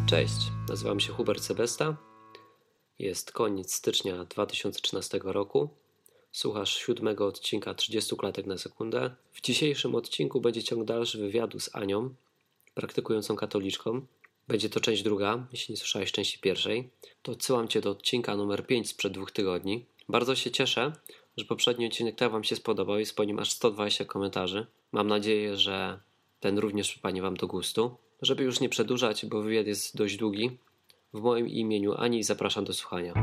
Cześć, nazywam się Hubert Sebesta. Jest koniec stycznia 2013 roku. Słuchasz 7 odcinka 30 klatek na sekundę. W dzisiejszym odcinku będzie ciąg dalszy wywiadu z Anią, praktykującą katoliczką. Będzie to część druga, jeśli nie słyszałeś części pierwszej. To odsyłam Cię do odcinka numer 5 sprzed 2 tygodni. Bardzo się cieszę, że poprzedni odcinek tak Wam się spodobał. Jest po nim aż 120 komentarzy. Mam nadzieję, że ten również przypadnie Wam do gustu. Żeby już nie przedłużać, bo wywiad jest dość długi, w moim imieniu Ani zapraszam do słuchania.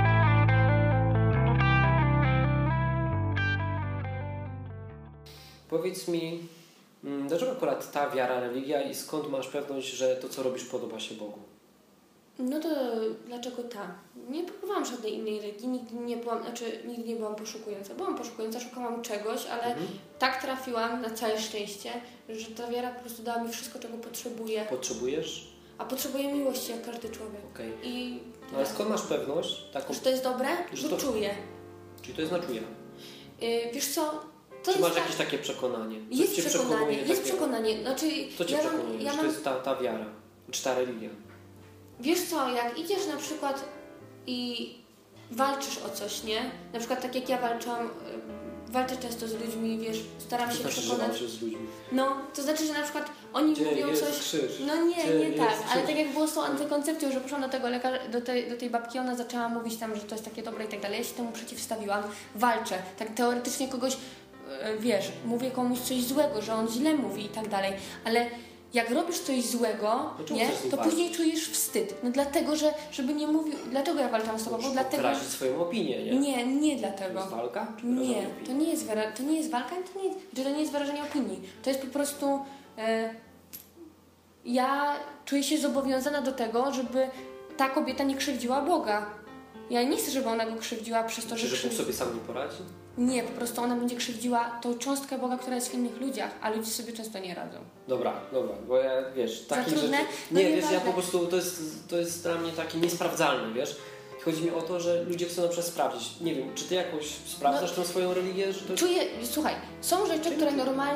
Powiedz mi, dlaczego akurat ta wiara, religia i skąd masz pewność, że to, co robisz, podoba się Bogu? No to dlaczego ta? Nie próbowałam żadnej innej religii, nigdy nie byłam poszukująca. Byłam poszukująca, szukałam czegoś, ale tak trafiłam na całe szczęście, że ta wiara po prostu dała mi wszystko, czego potrzebuję. Potrzebujesz? A potrzebuję miłości, jak każdy człowiek. Okay. No ale skąd masz pewność taką? Że to jest dobre? Że to czuję. Czyli to jest na czuja? Wiesz co? Czy masz jakieś takie przekonanie? Jest przekonanie. Znaczy, co Cię przekonuje, że to jest ta wiara? Czy ta religia? Wiesz co, jak idziesz na przykład i walczysz o coś, nie? Na przykład tak jak ja walczę często z ludźmi, wiesz, staram się przekonać. Że z ludźmi? No, to znaczy, że na przykład oni mówią coś. Krzyż? No nie tak, ale tak jak było z tą antykoncepcją, że poszłam do tego lekarza, do tej babki, ona zaczęła mówić tam, że to jest takie dobre i tak dalej. Ja się temu przeciwstawiłam, walczę. Tak teoretycznie kogoś, wiesz, mówię komuś coś złego, że on źle mówi i tak dalej, ale jak robisz coś złego, nie, to później czujesz wstyd. No dlatego, żeby nie mówił... Dlaczego ja walczam z tobą? Bo dlatego... wyrazić swoją opinię, nie? Nie dlatego. To jest walka? Nie, to nie jest walka, to nie jest wyrażenie opinii. To jest po prostu... ja czuję się zobowiązana do tego, żeby ta kobieta nie krzywdziła Boga. Ja nie chcę, żeby ona go krzywdziła przez to, że Bóg sobie sam nie poradzi? Nie, po prostu ona będzie krzywdziła tą cząstkę Boga, która jest w innych ludziach, a ludzie sobie często nie radzą. Dobra, bo ja, wiesz, takie rzeczy... Nie, wiesz, ja po prostu, to jest dla mnie takie niesprawdzalne, wiesz? Chodzi mi o to, że ludzie chcą na przykład sprawdzić. Nie wiem, czy ty jakoś sprawdzasz tą swoją religię? Że to... Czuję, słuchaj, są rzeczy, które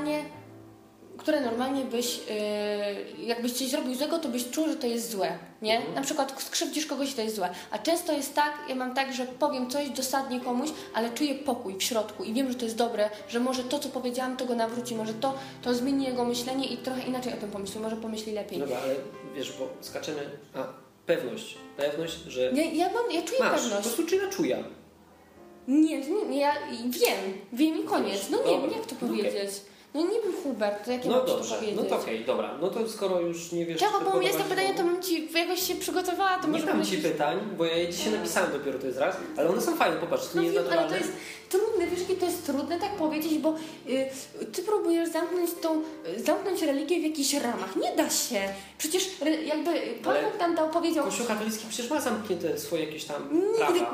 normalnie byś, jakbyś coś zrobił złego, to byś czuł, że to jest złe, nie? Na przykład skrzywdzisz kogoś i to jest złe. A często jest tak, ja mam tak, że powiem coś dosadnie komuś, ale czuję pokój w środku i wiem, że to jest dobre, że może to, co powiedziałam, to go nawróci, może to zmieni jego myślenie i trochę inaczej o tym pomyśli, może pomyśli lepiej. Dobra, ale wiesz, bo skaczemy... Pewność, że... Ja czuję pewność. Po prostu czuję. Nie, ja wiem i koniec. No nie wiem, jak to powiedzieć. Okay. No nie wiem, Hubert, to jakie mam ci to powiedzieć? No to okej, dobra. No to skoro już nie wiesz... Czego, bo jest to pytanie, to bym ci jakoś się przygotowała, to nie dam ci pytań, bo ja je dzisiaj napisałem dopiero, to jest raz, ale one są fajne, popatrz, to nie jest naturalne. Ale to jest trudne, wiesz, jakie to jest trudne tak powiedzieć, bo ty próbujesz zamknąć religię w jakichś ramach. Nie da się. Przecież jakby Pan Bóg nam dał, powiedział... Kościół katolicki przecież ma zamknięte swoje jakieś tam prawa.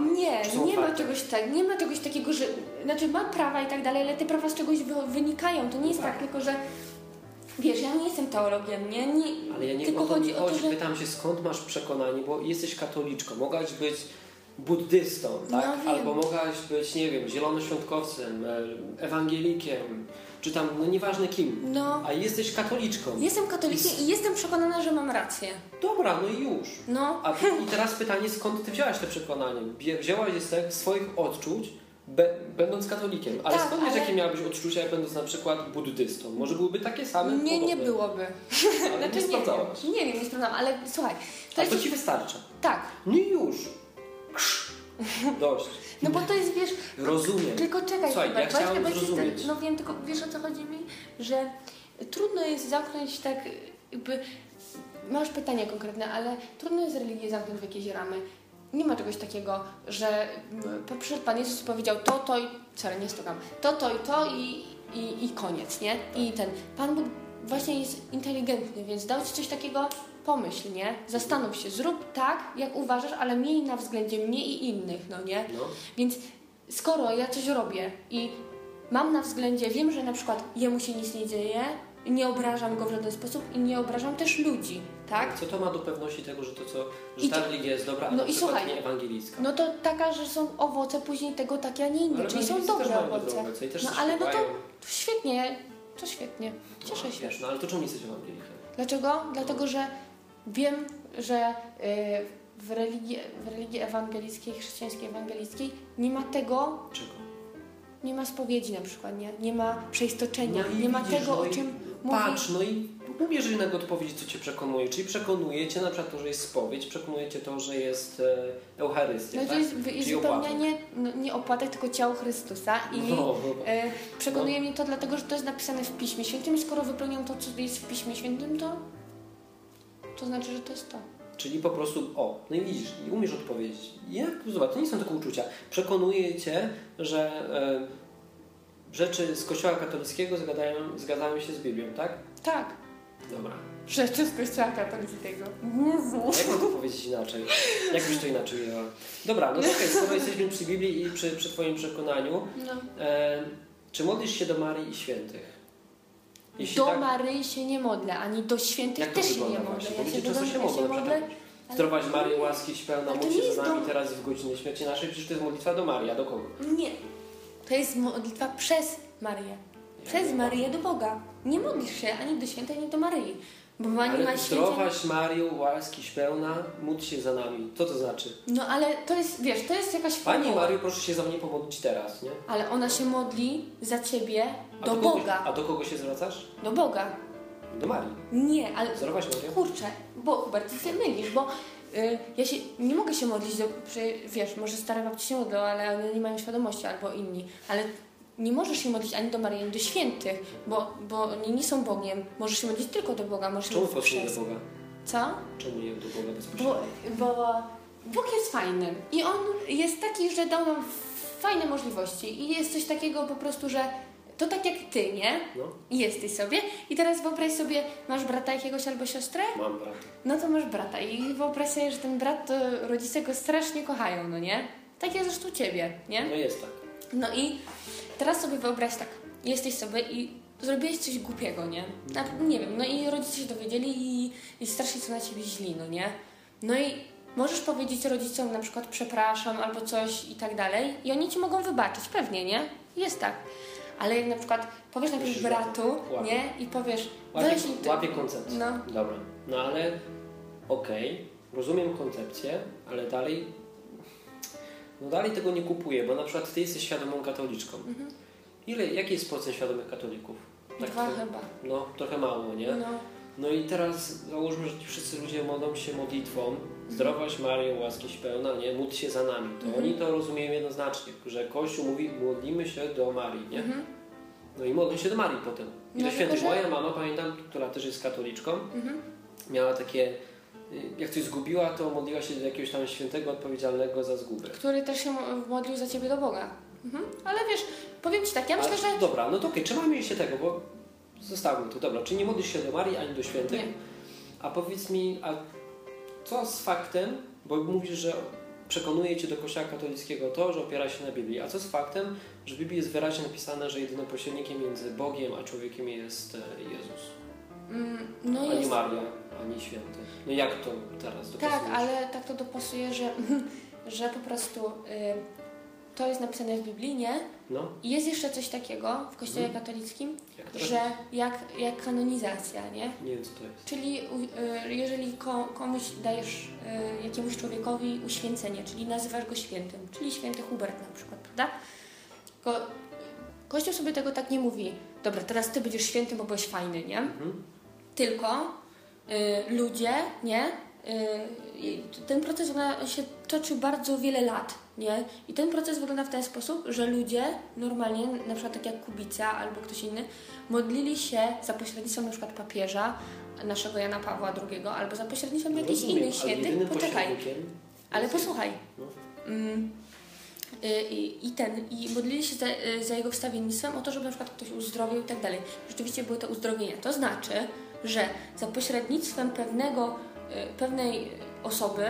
Nie ma czegoś takiego, że... Znaczy ma prawa i tak dalej, ale te prawa z czegoś wynikają. To nie jest tak, tylko że... Wiesz, ja nie jestem teologiem, nie? Ale ja nie tylko chodzi o to, że... Pytam się, skąd masz przekonanie, bo jesteś katoliczką, mogłaś być buddystą, tak? No, albo mogłaś być, nie wiem, zielonoświątkowcem, ewangelikiem, czy tam, no nieważne kim, a jesteś katoliczką. Jestem katolikiem i jestem przekonana, że mam rację. Dobra, no i już. I teraz pytanie, skąd ty wzięłaś te przekonanie? Wzięłaś je z swoich odczuć, będąc katolikiem. Ale skąd wiesz, jakie miałabyś odczucia, jak będąc na przykład buddystą? Może byłyby takie same? Nie byłoby. Ale nie sprawdzałaś. Nie wiem, nie sprawdzałam, ale słuchaj. To ci wystarcza? Tak. No i już. Dość. No bo to jest, wiesz... Rozumiem. Tylko czekaj. Słuchaj, ja chciałem zrozumieć. No wiem, tylko wiesz, o co chodzi mi? Że trudno jest zamknąć tak jakby... Masz pytanie konkretne, ale trudno jest religię zamknąć w jakieś ramy. Nie ma czegoś takiego, że przyszedł Pan Jezus powiedział to i... Sorry, nie stukam. To i koniec, nie? I Pan Bóg właśnie jest inteligentny, więc dał Ci coś takiego, pomyśl, nie? Zastanów się, zrób tak, jak uważasz, ale miej na względzie mnie i innych, no nie? No. Więc skoro ja coś robię i mam na względzie, wiem, że na przykład jemu się nic nie dzieje, nie obrażam go w żaden sposób i nie obrażam też ludzi, tak? Co to ma do pewności tego, że ta religia jest dobra, a na przykład nie ewangelicka? No to taka, że są owoce później tego takie, a nie inne, czyli są dobre owoce. No ale no to świetnie, cieszę się. Wiesz, no ale to czemu nie jesteś ewangelikiem? Dlaczego? Dlatego, że wiem, że w religii ewangelickiej, chrześcijańskiej ewangelickiej nie ma tego... Czego? Nie ma spowiedzi na przykład, nie ma przeistoczenia, No nie ma widzisz, tego, o czym mówi... Patrz, no i ubierz jednak odpowiedź, co cię przekonuje. Czyli przekonuje cię na przykład to, że jest spowiedź, przekonuje cię to, że jest Eucharystia, No to tak? jest wypełnianie nie opłatek, tylko ciało Chrystusa i przekonuje mnie to dlatego, że to jest napisane w Piśmie Świętym i skoro wypełniam to, co jest w Piśmie Świętym, to znaczy, że to jest to. Czyli po prostu, no i widzisz, i umiesz odpowiedzieć. Zobacz, to nie są tylko uczucia. Przekonuje cię, że rzeczy z Kościoła katolickiego zgadzają się z Biblią, tak? Tak. Dobra. Rzeczy z Kościoła katolickiego. Jezu. Jak mam to powiedzieć inaczej? Jak byś to inaczej miała? Dobra, no okej, skoro jesteśmy przy Biblii i przy twoim przekonaniu, czy modlisz się do Marii i świętych? Do Maryi się nie modlę, ani do świętych też się nie modlę. Bo ludzie często się modlą. Zdrowaś Maryjo, łaski pełna, módl się za nami teraz i w godzinie śmierci naszej. Przecież to jest modlitwa do Marii, a do kogo? Nie. To jest modlitwa przez Maryję. Przez Maryję do Boga. Nie modlisz się ani do świętej, ani do Maryi. Bo ani ma zdrowaś Maryjo, łaski pełna, módl się za nami. Co to znaczy? No ale to jest, wiesz, to jest jakaś formuła. Pani Maryjo, proszę się za mnie pomodlić teraz, nie? Ale ona się modli za ciebie do Boga. A do kogo się zwracasz? Do Boga. Do Marii. Nie, ale... Zdrowaś Maryjo? Kurczę, bo Hubert, ty się mylisz, bo ja się nie mogę się modlić wiesz, może stare babci się modlą, ale one nie mają świadomości, albo inni, ale nie możesz się modlić ani do Maryi, ani do świętych, bo oni nie są Bogiem. Możesz się modlić tylko do Boga. Czemu potrzebujesz do Boga? Co? Czemu nie do Boga bezpośrednio? Bo Bóg jest fajny i On jest taki, że dał nam fajne możliwości i jest coś takiego po prostu, że to tak jak ty, nie? No. Jesteś sobie i teraz wyobraź sobie, masz brata jakiegoś albo siostrę? Mam brata. No to masz brata i wyobraź sobie, że ten brat, to rodzice go strasznie kochają, no nie? Tak jest zresztą ciebie, nie? No jest tak. No i teraz sobie wyobraź tak, jesteś sobie i zrobiłeś coś głupiego, nie? Nie wiem, no i rodzice się dowiedzieli i strasznie są na ciebie źli, no nie? No i możesz powiedzieć rodzicom na przykład przepraszam albo coś i tak dalej i oni ci mogą wybaczyć, pewnie, nie? Jest tak. Ale jak na przykład powiesz najpierw bratu, nie? I powiesz... Łapię koncepcję. No. Dobra. No ale rozumiem koncepcję, ale dalej tego nie kupuję, bo na przykład ty jesteś świadomą katoliczką. Mhm. Jaki jest procent świadomych katolików? Tak, 2 chyba. No, trochę mało, nie? No i teraz załóżmy, że ci wszyscy ludzie modlą się modlitwą Zdrowaś Maryjo, łaski pełna, nie? Módl się za nami. To oni to rozumieją jednoznacznie, że Kościół mówi, modlimy się do Marii, nie? No i modlą się do Marii potem. I do świętych. Moja mama, pamiętam, która też jest katoliczką, miała takie, jak coś zgubiła, to modliła się do jakiegoś tam świętego odpowiedzialnego za zgubę. Który też się modlił za ciebie do Boga. Ale wiesz, powiem ci tak, ja myślę, że... Dobra, no to okej, trzymajmy się tego, bo zostawmy to. Dobra, czyli nie modlisz się do Marii ani do świętych. Nie. A powiedz mi, co z faktem, bo mówisz, że przekonuje cię do Kościoła katolickiego to, że opiera się na Biblii. A co z faktem, że w Biblii jest wyraźnie napisane, że jedynym pośrednikiem między Bogiem a człowiekiem jest Jezus? Ani Maria, ani święty. No jak to teraz dopasujesz? Tak, ale tak to dopasuje, że po prostu to jest napisane w Biblii, nie? No. I jest jeszcze coś takiego w Kościele katolickim, że jak kanonizacja, nie? Nie wiem, co to jest. Czyli jeżeli komuś dajesz jakiemuś człowiekowi uświęcenie, czyli nazywasz go świętym, czyli święty Hubert na przykład, prawda? Kościół sobie tego tak nie mówi. Dobra, teraz ty będziesz świętym, bo byłeś fajny, nie? Tylko ludzie, nie? Ten proces się toczy bardzo wiele lat, nie? I ten proces wygląda w ten sposób, że ludzie normalnie, na przykład tak jak Kubica albo ktoś inny, modlili się za pośrednictwem na przykład papieża, naszego Jana Pawła II, albo za pośrednictwem jakichś innych świętych. Poczekaj, ale posłuchaj. I modlili się za jego wstawiennictwem o to, żeby na przykład ktoś uzdrowił i tak dalej. Rzeczywiście były to uzdrowienia. To znaczy, że za pośrednictwem pewnej osoby,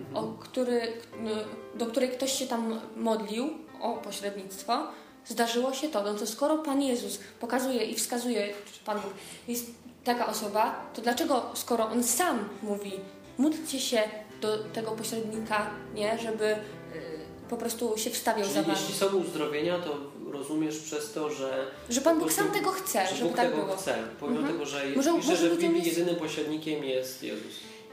do której ktoś się tam modlił o pośrednictwo, zdarzyło się to. No to skoro Pan Jezus pokazuje i wskazuje, czy Pan Bóg jest taka osoba, to dlaczego, skoro On sam mówi, módlcie się do tego pośrednika, nie, żeby po prostu się wstawiał za wami. Jeśli są uzdrowienia, to rozumiesz przez to, że Pan Bóg sam tego chce, żeby Bóg tak tego było. chce. Pomimo tego, że może w Biblii jedynym pośrednikiem jest Jezus.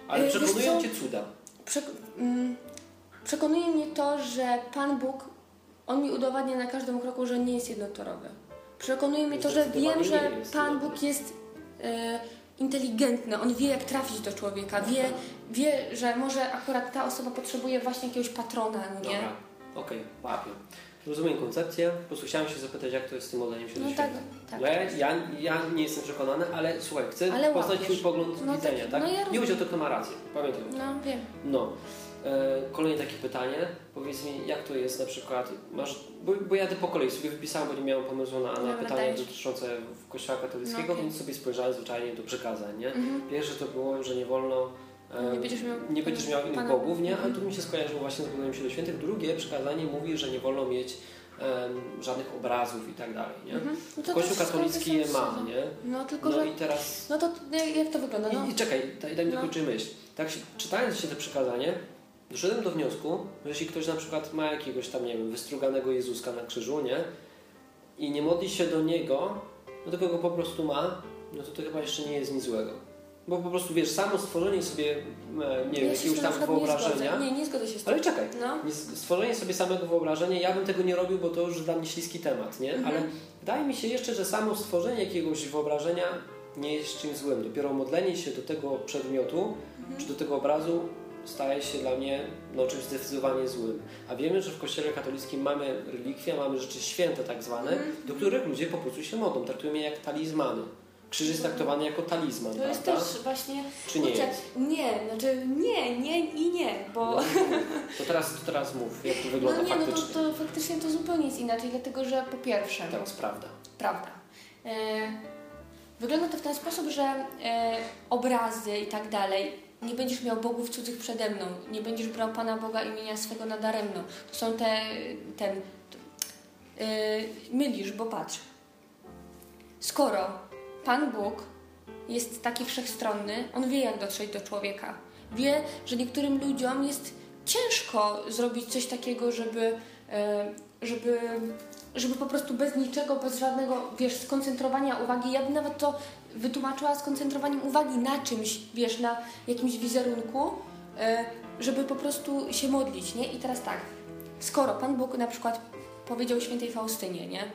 Ale przekonują cię cuda. Przekonuje mnie to, że Pan Bóg, On mi udowadnia na każdym kroku, że nie jest jednotorowy. Przekonuje mnie to, że wiem, że Pan Bóg jest inteligentny. On wie, jak trafić do człowieka. Wie, że może akurat ta osoba potrzebuje właśnie jakiegoś patrona, no nie? Dobra, okej, łapię. Rozumiem koncepcję. Po prostu chciałem się zapytać, jak to jest z tym modleniem się do świata. Tak. Ja nie jestem przekonany, ale słuchaj, chcę poznać twój pogląd widzenia, tak? Nie chodzi o to, kto ma rację. Pamiętaj. No, wiem. Kolejne takie pytanie. Powiedz mi, jak to jest na przykład, bo ja po kolei sobie wypisałem, bo nie miałem pomysłu na pytania dotyczące Kościoła katolickiego, więc sobie spojrzałem zwyczajnie do przykazań, nie? Pierwsze to było, że nie wolno nie będziesz miał innych bogów, nie? Ale tu mi się skojarzyło właśnie z modleniem się do świętych. Drugie przykazanie mówi, że nie wolno mieć żadnych obrazów i tak dalej, nie? Kościół katolicki je ma, nie? I teraz... No to jak to wygląda? I czekaj, daj mi dokończyć myśl. Tak, czytając się to przykazanie, doszedłem do wniosku, że jeśli ktoś na przykład ma jakiegoś tam, nie wiem, wystruganego Jezuska na krzyżu, nie? I nie modli się do Niego, no tylko go po prostu ma, no to chyba jeszcze nie jest nic złego. Bo po prostu, wiesz, samo stworzenie sobie, nie wiem, jakiegoś tam wyobrażenia... Nie zgodzę się z tym. Ale czekaj, stworzenie sobie samego wyobrażenia, ja bym tego nie robił, bo to już dla mnie śliski temat, nie? Ale wydaje mi się jeszcze, że samo stworzenie jakiegoś wyobrażenia nie jest czymś złym. Dopiero modlenie się do tego przedmiotu, czy do tego obrazu staje się dla mnie czymś zdecydowanie złym. A wiemy, że w Kościele katolickim mamy relikwie, mamy rzeczy święte tak zwane, do których ludzie po prostu się modlą. Traktują je jak talizmany. Krzyż jest traktowany jako talizman, to jest też właśnie... Czy nie jest? Nie, bo... To teraz mów, jak to wygląda faktycznie. To faktycznie to zupełnie jest inaczej, dlatego że po pierwsze... To jest prawda. Prawda. Wygląda to w ten sposób, że obrazy i tak dalej, nie będziesz miał bogów cudzych przede mną, nie będziesz brał Pana Boga imienia swego nadaremno. To są mylisz, bo patrz. Skoro Pan Bóg jest taki wszechstronny, On wie, jak dotrzeć do człowieka. Wie, że niektórym ludziom jest ciężko zrobić coś takiego, żeby po prostu bez niczego, bez żadnego, skoncentrowania uwagi. Ja bym nawet to wytłumaczyła skoncentrowaniem uwagi na czymś, na jakimś wizerunku, żeby po prostu się modlić, nie? I teraz tak, skoro Pan Bóg na przykład powiedział świętej Faustynie, nie?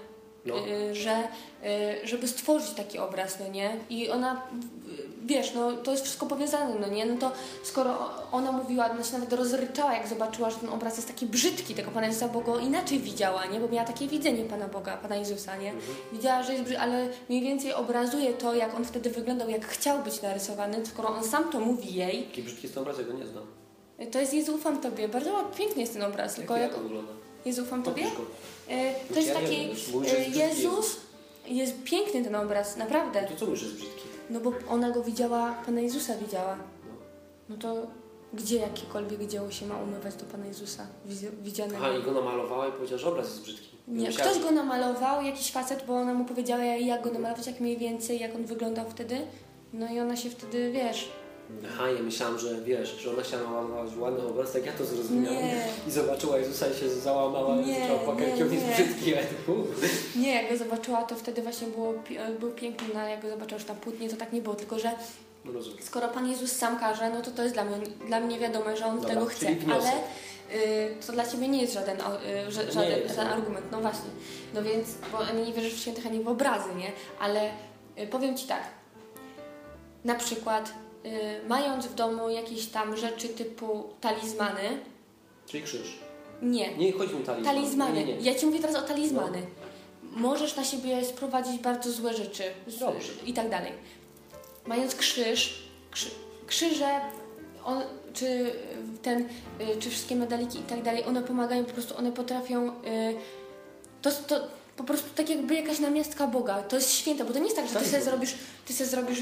Żeby stworzyć taki obraz, no nie? I ona, to jest wszystko powiązane, no nie? No to skoro ona mówiła, nawet rozryczała, jak zobaczyła, że ten obraz jest taki brzydki, tego Pana Jezusa, bo go inaczej widziała, nie? Bo miała takie widzenie Pana Boga, Pana Jezusa, nie? Widziała, że jest brzydki, ale mniej więcej obrazuje to, jak on wtedy wyglądał, jak chciał być narysowany, skoro on sam to mówi jej. Jaki brzydki jest ten obraz, ja go nie znam. To jest Jezu, ufam Tobie. Bardzo piękny jest ten obraz. Tylko jak to wygląda? Jezu, ufam Tobie? To jest taki Jezus, jest piękny ten obraz, naprawdę. No to co mówisz, że jest brzydki? No bo ona go widziała, Pana Jezusa widziała. No to gdzie jakiekolwiek dzieło się ma umywać do Pana Jezusa widzianego? Aha, i go namalowała i powiedziała, że obraz jest brzydki. Nie, ktoś go namalował, jakiś facet, bo ona mu powiedziała, jak go namalować, jak mniej więcej, jak on wyglądał wtedy. No i ona się wtedy, Aha, ja myślałam, że że ona chciała namalować ładny obraz, tak ja to zrozumiałam. I zobaczyła Jezusa i się załamała i zaczęła płakać, jaki on jest brzydki. Nie, jak go zobaczyła, to wtedy właśnie był piękny, no jak go zobaczyła już na płótnie, to tak nie było, tylko że skoro Pan Jezus sam każe, no to jest dla mnie wiadome, że On tego chce, ale to dla Ciebie nie jest żaden argument, no właśnie. No więc, bo nie wierzysz w świętych ani w obrazy, nie? Ale powiem Ci tak, na przykład mając w domu jakieś tam rzeczy typu talizmany. Czyli krzyż. Nie. Nie chodzi mi o talizmany. Talizmany. Nie. Ja Ci mówię teraz o talizmany. Możesz na siebie sprowadzić bardzo złe rzeczy. Dobrze. I tak dalej. Mając krzyże, czy wszystkie medaliki i tak dalej, one pomagają, po prostu one potrafią to po prostu tak jakby jakaś namiastka Boga. To jest święte, bo to nie jest tak, że ty sobie zrobisz,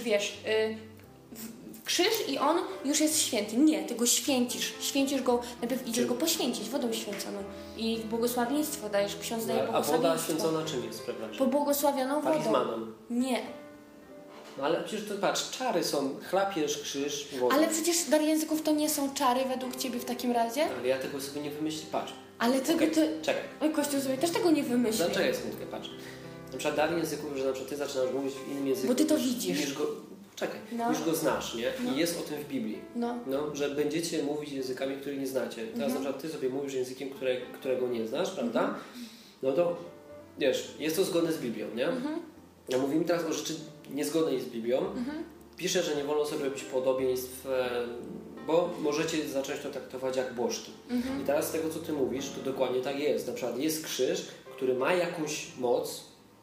krzyż i on już jest święty. Nie, ty go święcisz. Święcisz go, najpierw idziesz go poświęcić wodą święconą. I błogosławieństwo dajesz, ksiądz daje błogosławieństwo. A woda święcona czym jest, przepraszam? Pobłogosławioną wodą. Talizmanem. Nie. No ale przecież to patrz, czary są, chlapiesz krzyż, wodą. Ale przecież dar języków to nie są czary według Ciebie w takim razie? Ale ja tego sobie nie wymyślię, patrz. Ale tego ty... Czekaj. Oj, Kościół sobie też tego nie wymyśli. Czekaj sekundkę, patrz. Na przykład dar języków, że na przykład ty zaczynasz mówić w innym języku. Bo ty to widzisz. Czekaj, No. już go znasz, nie? No. I jest o tym w Biblii. No. Że będziecie mówić językami, których nie znacie. Teraz na przykład ty sobie mówisz językiem, którego nie znasz, prawda? No to wiesz, jest to zgodne z Biblią, nie? Ja mówimy teraz o rzeczy niezgodnej z Biblią. Pisze, że nie wolno sobie robić podobieństw, bo możecie zacząć to traktować jak bożki. I teraz z tego, co ty mówisz, to dokładnie tak jest. Na przykład jest krzyż, który ma jakąś moc.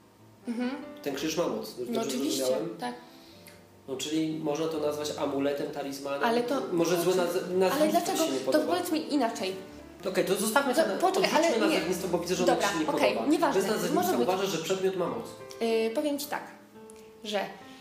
Ten krzyż ma moc. No oczywiście, tak. No, czyli można to nazwać amuletem, talizmanem. Ale to... Może złe nazwisko Ale dlaczego? się nie To podoba. powiedz mi inaczej. Okej, to zostawmy to, poczekaj, ale nazewnictwo, bo widzę, że ono ci się nie podoba. Nieważne. Bez nazewnictwa uważasz, że przedmiot ma moc. Powiem ci tak, że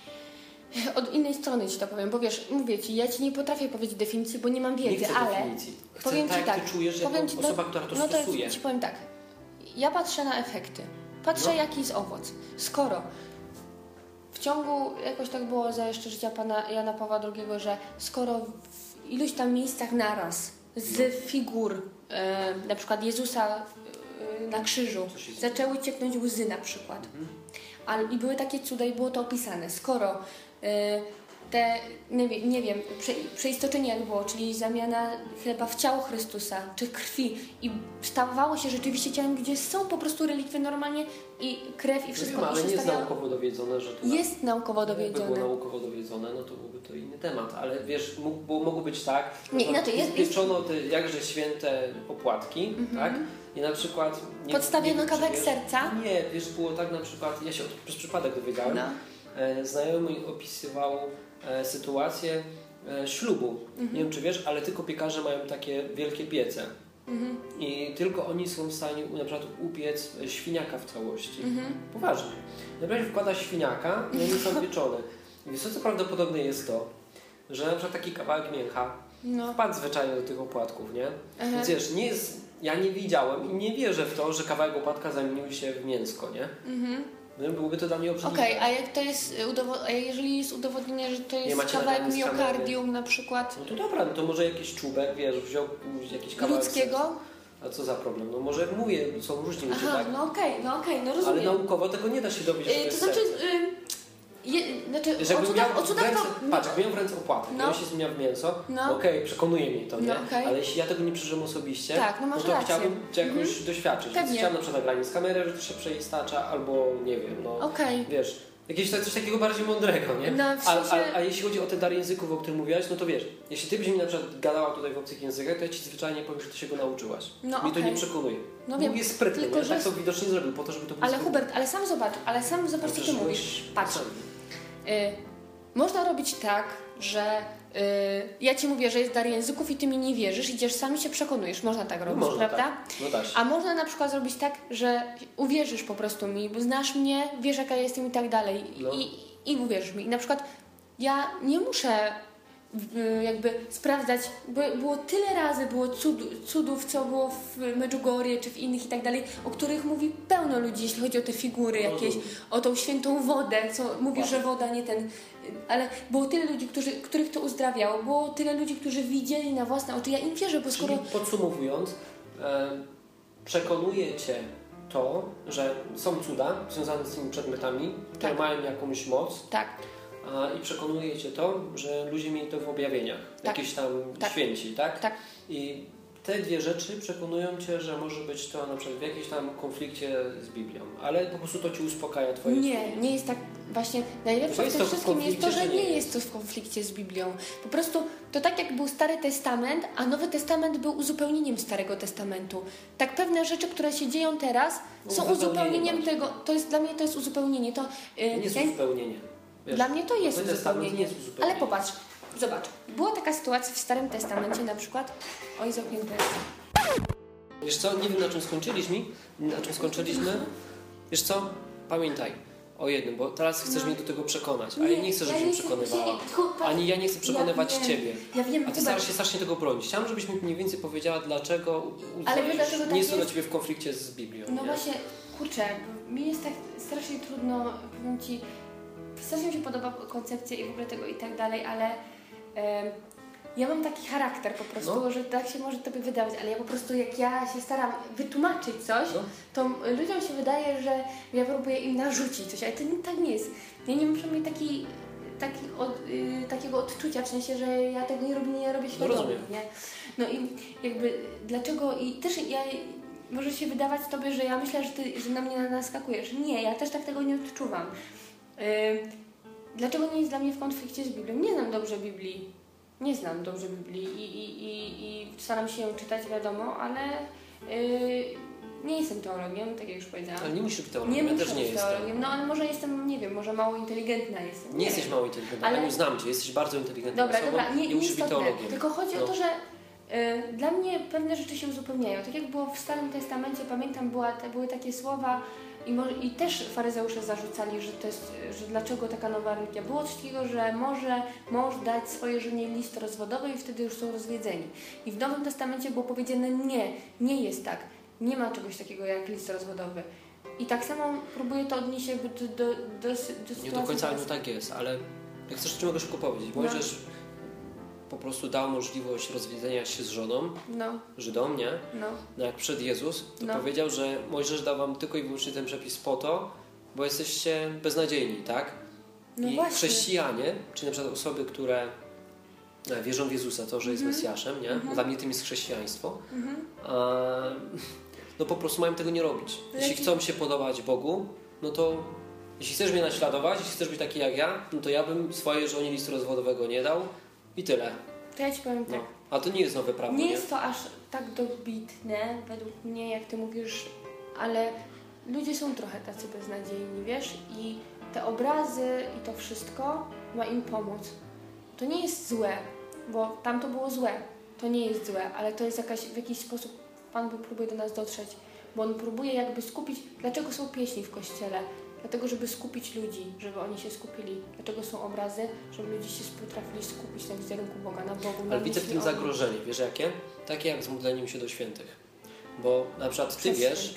od innej strony ci to powiem, bo wiesz, mówię ci, ja ci nie potrafię powiedzieć definicji, bo nie mam wiedzy, nie chcę ale definicji. Chcę powiem tak, ci tak, jak ty czujesz jako osoba, która to stosuje. To ci powiem tak, ja patrzę na efekty, patrzę jaki jest owoc. Skoro w ciągu, jakoś tak było za jeszcze życia pana Jana Pawła II, że skoro w iluś tam miejscach naraz z figur na przykład Jezusa na krzyżu zaczęły cieknąć łzy na przykład. I były takie cuda i było to opisane. Skoro te, nie wiem, przeistoczenie jak było, czyli zamiana chleba w ciało Chrystusa, czy krwi i stawało się rzeczywiście ciałem, gdzie są po prostu relikwie normalnie i krew i wszystko. Wiem, ale nie jest naukowo dowiedzone, że to jest naukowo dowiedzione. Jakby było naukowo dowiedzone, no to byłby to inny temat, ale wiesz, mogło być tak, nie, inaczej, pieczono te jakże święte opłatki, tak? I na przykład... Podstawiono kawałek serca? Nie, wiesz, było tak na przykład, ja się przez przypadek dowiedziałem, znajomy opisywał sytuację ślubu. Nie wiem, czy wiesz, ale tylko piekarze mają takie wielkie piece. I tylko oni są w stanie na przykład upiec świniaka w całości. Poważnie. Najpierw wkłada świniaka i oni są pieczone. I wysoce prawdopodobne jest to, że na przykład taki kawałek mięcha wpadł zwyczajnie do tych opłatków, nie? Więc wiesz, ja nie widziałem i nie wierzę w to, że kawałek opłatka zamienił się w mięsko, nie? Byłoby to dla mnie obrzydliwe. Okej, a jak to jest jeżeli jest udowodnienie, że to jest kawałek miokardium na przykład? No to dobra, no to może jakiś czubek, wiesz, wziął jakiś kawałek ludzkiego? A co za problem? No może mówię, są różni ludzie, tak? No okej, no rozumiem. Ale naukowo tego nie da się dowiedzieć, że to znaczy... jakbym miał w ręce opłatek, on się zmienia w mięso, przekonuje mnie to, nie? Ale jeśli ja tego nie przeżyłem osobiście, to chciałbym jakoś doświadczyć. Więc chciałem na przykład nagranie z kamery, że to się przeistacza, albo nie wiem, wiesz, jakieś coś takiego bardziej mądrego, nie? A jeśli chodzi o te dary języków, o których mówiłaś, no to wiesz, jeśli ty byś mi na przykład gadała tutaj w obcych językach, to ja ci zwyczajnie powiem, że ty się go nauczyłaś. Mnie to nie przekonuje. Bóg jest sprytny, nie? Tak to widocznie zrobił, po to, żeby to było. Ale Hubert, ale sam zobacz, co ty mówisz. Patrz. Można robić tak, że ja ci mówię, że jest dar języków i ty mi nie wierzysz, idziesz sam i się przekonujesz. Można tak robić, prawda? Tak. No da się. A można na przykład zrobić tak, że uwierzysz po prostu mi, bo znasz mnie, wiesz jaka jestem i tak dalej. I uwierzysz mi. I na przykład ja nie muszę jakby sprawdzać, bo było tyle razy cudów, co było w Medjugorje czy w innych i tak dalej, o których mówi pełno ludzi, jeśli chodzi o te figury jakieś, o tą świętą wodę, co mówi, że woda nie ten, ale było tyle ludzi, których to uzdrawiało, było tyle ludzi, którzy widzieli na własne oczy. Ja im wierzę, bo skoro... Czyli podsumowując, przekonuje cię to, że są cuda związane z tymi przedmiotami, które mają jakąś moc. Tak. I przekonuje cię to, że ludzie mieli to w objawieniach, jakieś tam święci, tak? Tak. I te dwie rzeczy przekonują cię, że może być to na przykład w jakimś tam konflikcie z Biblią, ale po prostu to ci uspokaja twoje... Nie jest tak. Właśnie najlepsze w tym wszystkim jest to, że nie jest to w konflikcie z Biblią. Po prostu to tak jak był Stary Testament, a Nowy Testament był uzupełnieniem Starego Testamentu. Tak pewne rzeczy, które się dzieją teraz, są uzupełnieniem tego. Dla mnie to jest uzupełnienie. To nie jest uzupełnienie. Wiesz, dla mnie to jest uzupełnienie. Ale popatrz, zobacz. Była taka sytuacja w Starym Testamencie na przykład. Oj, zamknięte jest. Wiesz co, nie wiem na czym skończyliśmy. Wiesz co, pamiętaj o jednym, bo teraz chcesz mnie do tego przekonać, a ja nie chcę, żebyś mnie przekonywała. Ani ja nie chcę przekonywać ciebie. Ja wiem, a ty starasz się strasznie tego bronić. Chciałam, żebyś mi mniej więcej powiedziała, dlaczego nie jest to dla ciebie w konflikcie z Biblią. No właśnie, kurczę, mi jest tak strasznie trudno, powiem ci, strasznie mi się podoba koncepcja i w ogóle tego i tak dalej, ale ja mam taki charakter po prostu, że tak się może tobie wydawać, ale ja po prostu jak ja się staram wytłumaczyć coś, to ludziom się wydaje, że ja próbuję im narzucić coś, ale to tak nie jest. Ja nie mam przynajmniej takiego odczucia, w sensie, że ja tego nie robię świadomie, nie? No i jakby dlaczego, i też może się wydawać tobie, że ja myślę, że na mnie naskakujesz. Nie, ja też tak tego nie odczuwam. Dlaczego nie jest dla mnie w konflikcie z Biblią? Nie znam dobrze Biblii. Nie znam dobrze Biblii i staram się ją czytać, wiadomo, ale nie jestem teologiem, tak jak już powiedziałam. Ale nie musisz być teologiem, ja też nie jestem. Teologiem. No ale może jestem, nie wiem, może mało inteligentna jestem. Nie jesteś mało inteligentna, ale nie znam Cię, jesteś bardzo inteligentną osobą. Dobra, nie musisz być teologiem. Tylko chodzi o to, że dla mnie pewne rzeczy się uzupełniają. Tak jak było w Starym Testamencie, pamiętam, były takie słowa i też faryzeusze zarzucali, że dlaczego taka nowa religia. Było coś takiego, że może mąż dać swojej żonie list rozwodowy i wtedy już są rozwiedzeni. I w Nowym Testamencie było powiedziane nie jest tak. Nie ma czegoś takiego jak list rozwodowy. I tak samo próbuję to odnieść jakby do sytuacji. Nie do końca tak jest, ale jak chcesz, to mogę szybko powiedzieć. Mojżesz po prostu dał możliwość rozwiedzenia się z żoną, Żydom, nie? No jak przed Jezus, to powiedział, że Mojżesz dał wam tylko i wyłącznie ten przepis po to, bo jesteście beznadziejni, tak? I właśnie. Chrześcijanie, czyli na przykład osoby, które wierzą w Jezusa, to, że jest Mesjaszem, nie? Dla mnie tym jest chrześcijaństwo. No po prostu mają tego nie robić. Jeśli chcą się podobać Bogu, no to jeśli chcesz mnie naśladować, jeśli chcesz być taki jak ja, no to ja bym swojej żonie listu rozwodowego nie dał i tyle. To ja Ci powiem tak. A to nie jest nowe prawo, nie? Jest to aż tak dobitne, według mnie, jak Ty mówisz, ale ludzie są trochę tacy beznadziejni, wiesz? I te obrazy i to wszystko ma im pomóc. To nie jest złe, bo tam to było złe. To nie jest złe, ale to jest w jakiś sposób Pan Bóg próbuje do nas dotrzeć, bo On próbuje jakby skupić, dlaczego są pieśni w Kościele? Dlatego, żeby skupić ludzi, żeby oni się skupili. Dlaczego są obrazy? Żeby ludzie się potrafili skupić na wizerunku Boga, na Bogu. Ale widzę w tym zagrożenie, wiesz jakie? Takie jak z modleniem się do świętych. Bo na przykład Ty wiesz,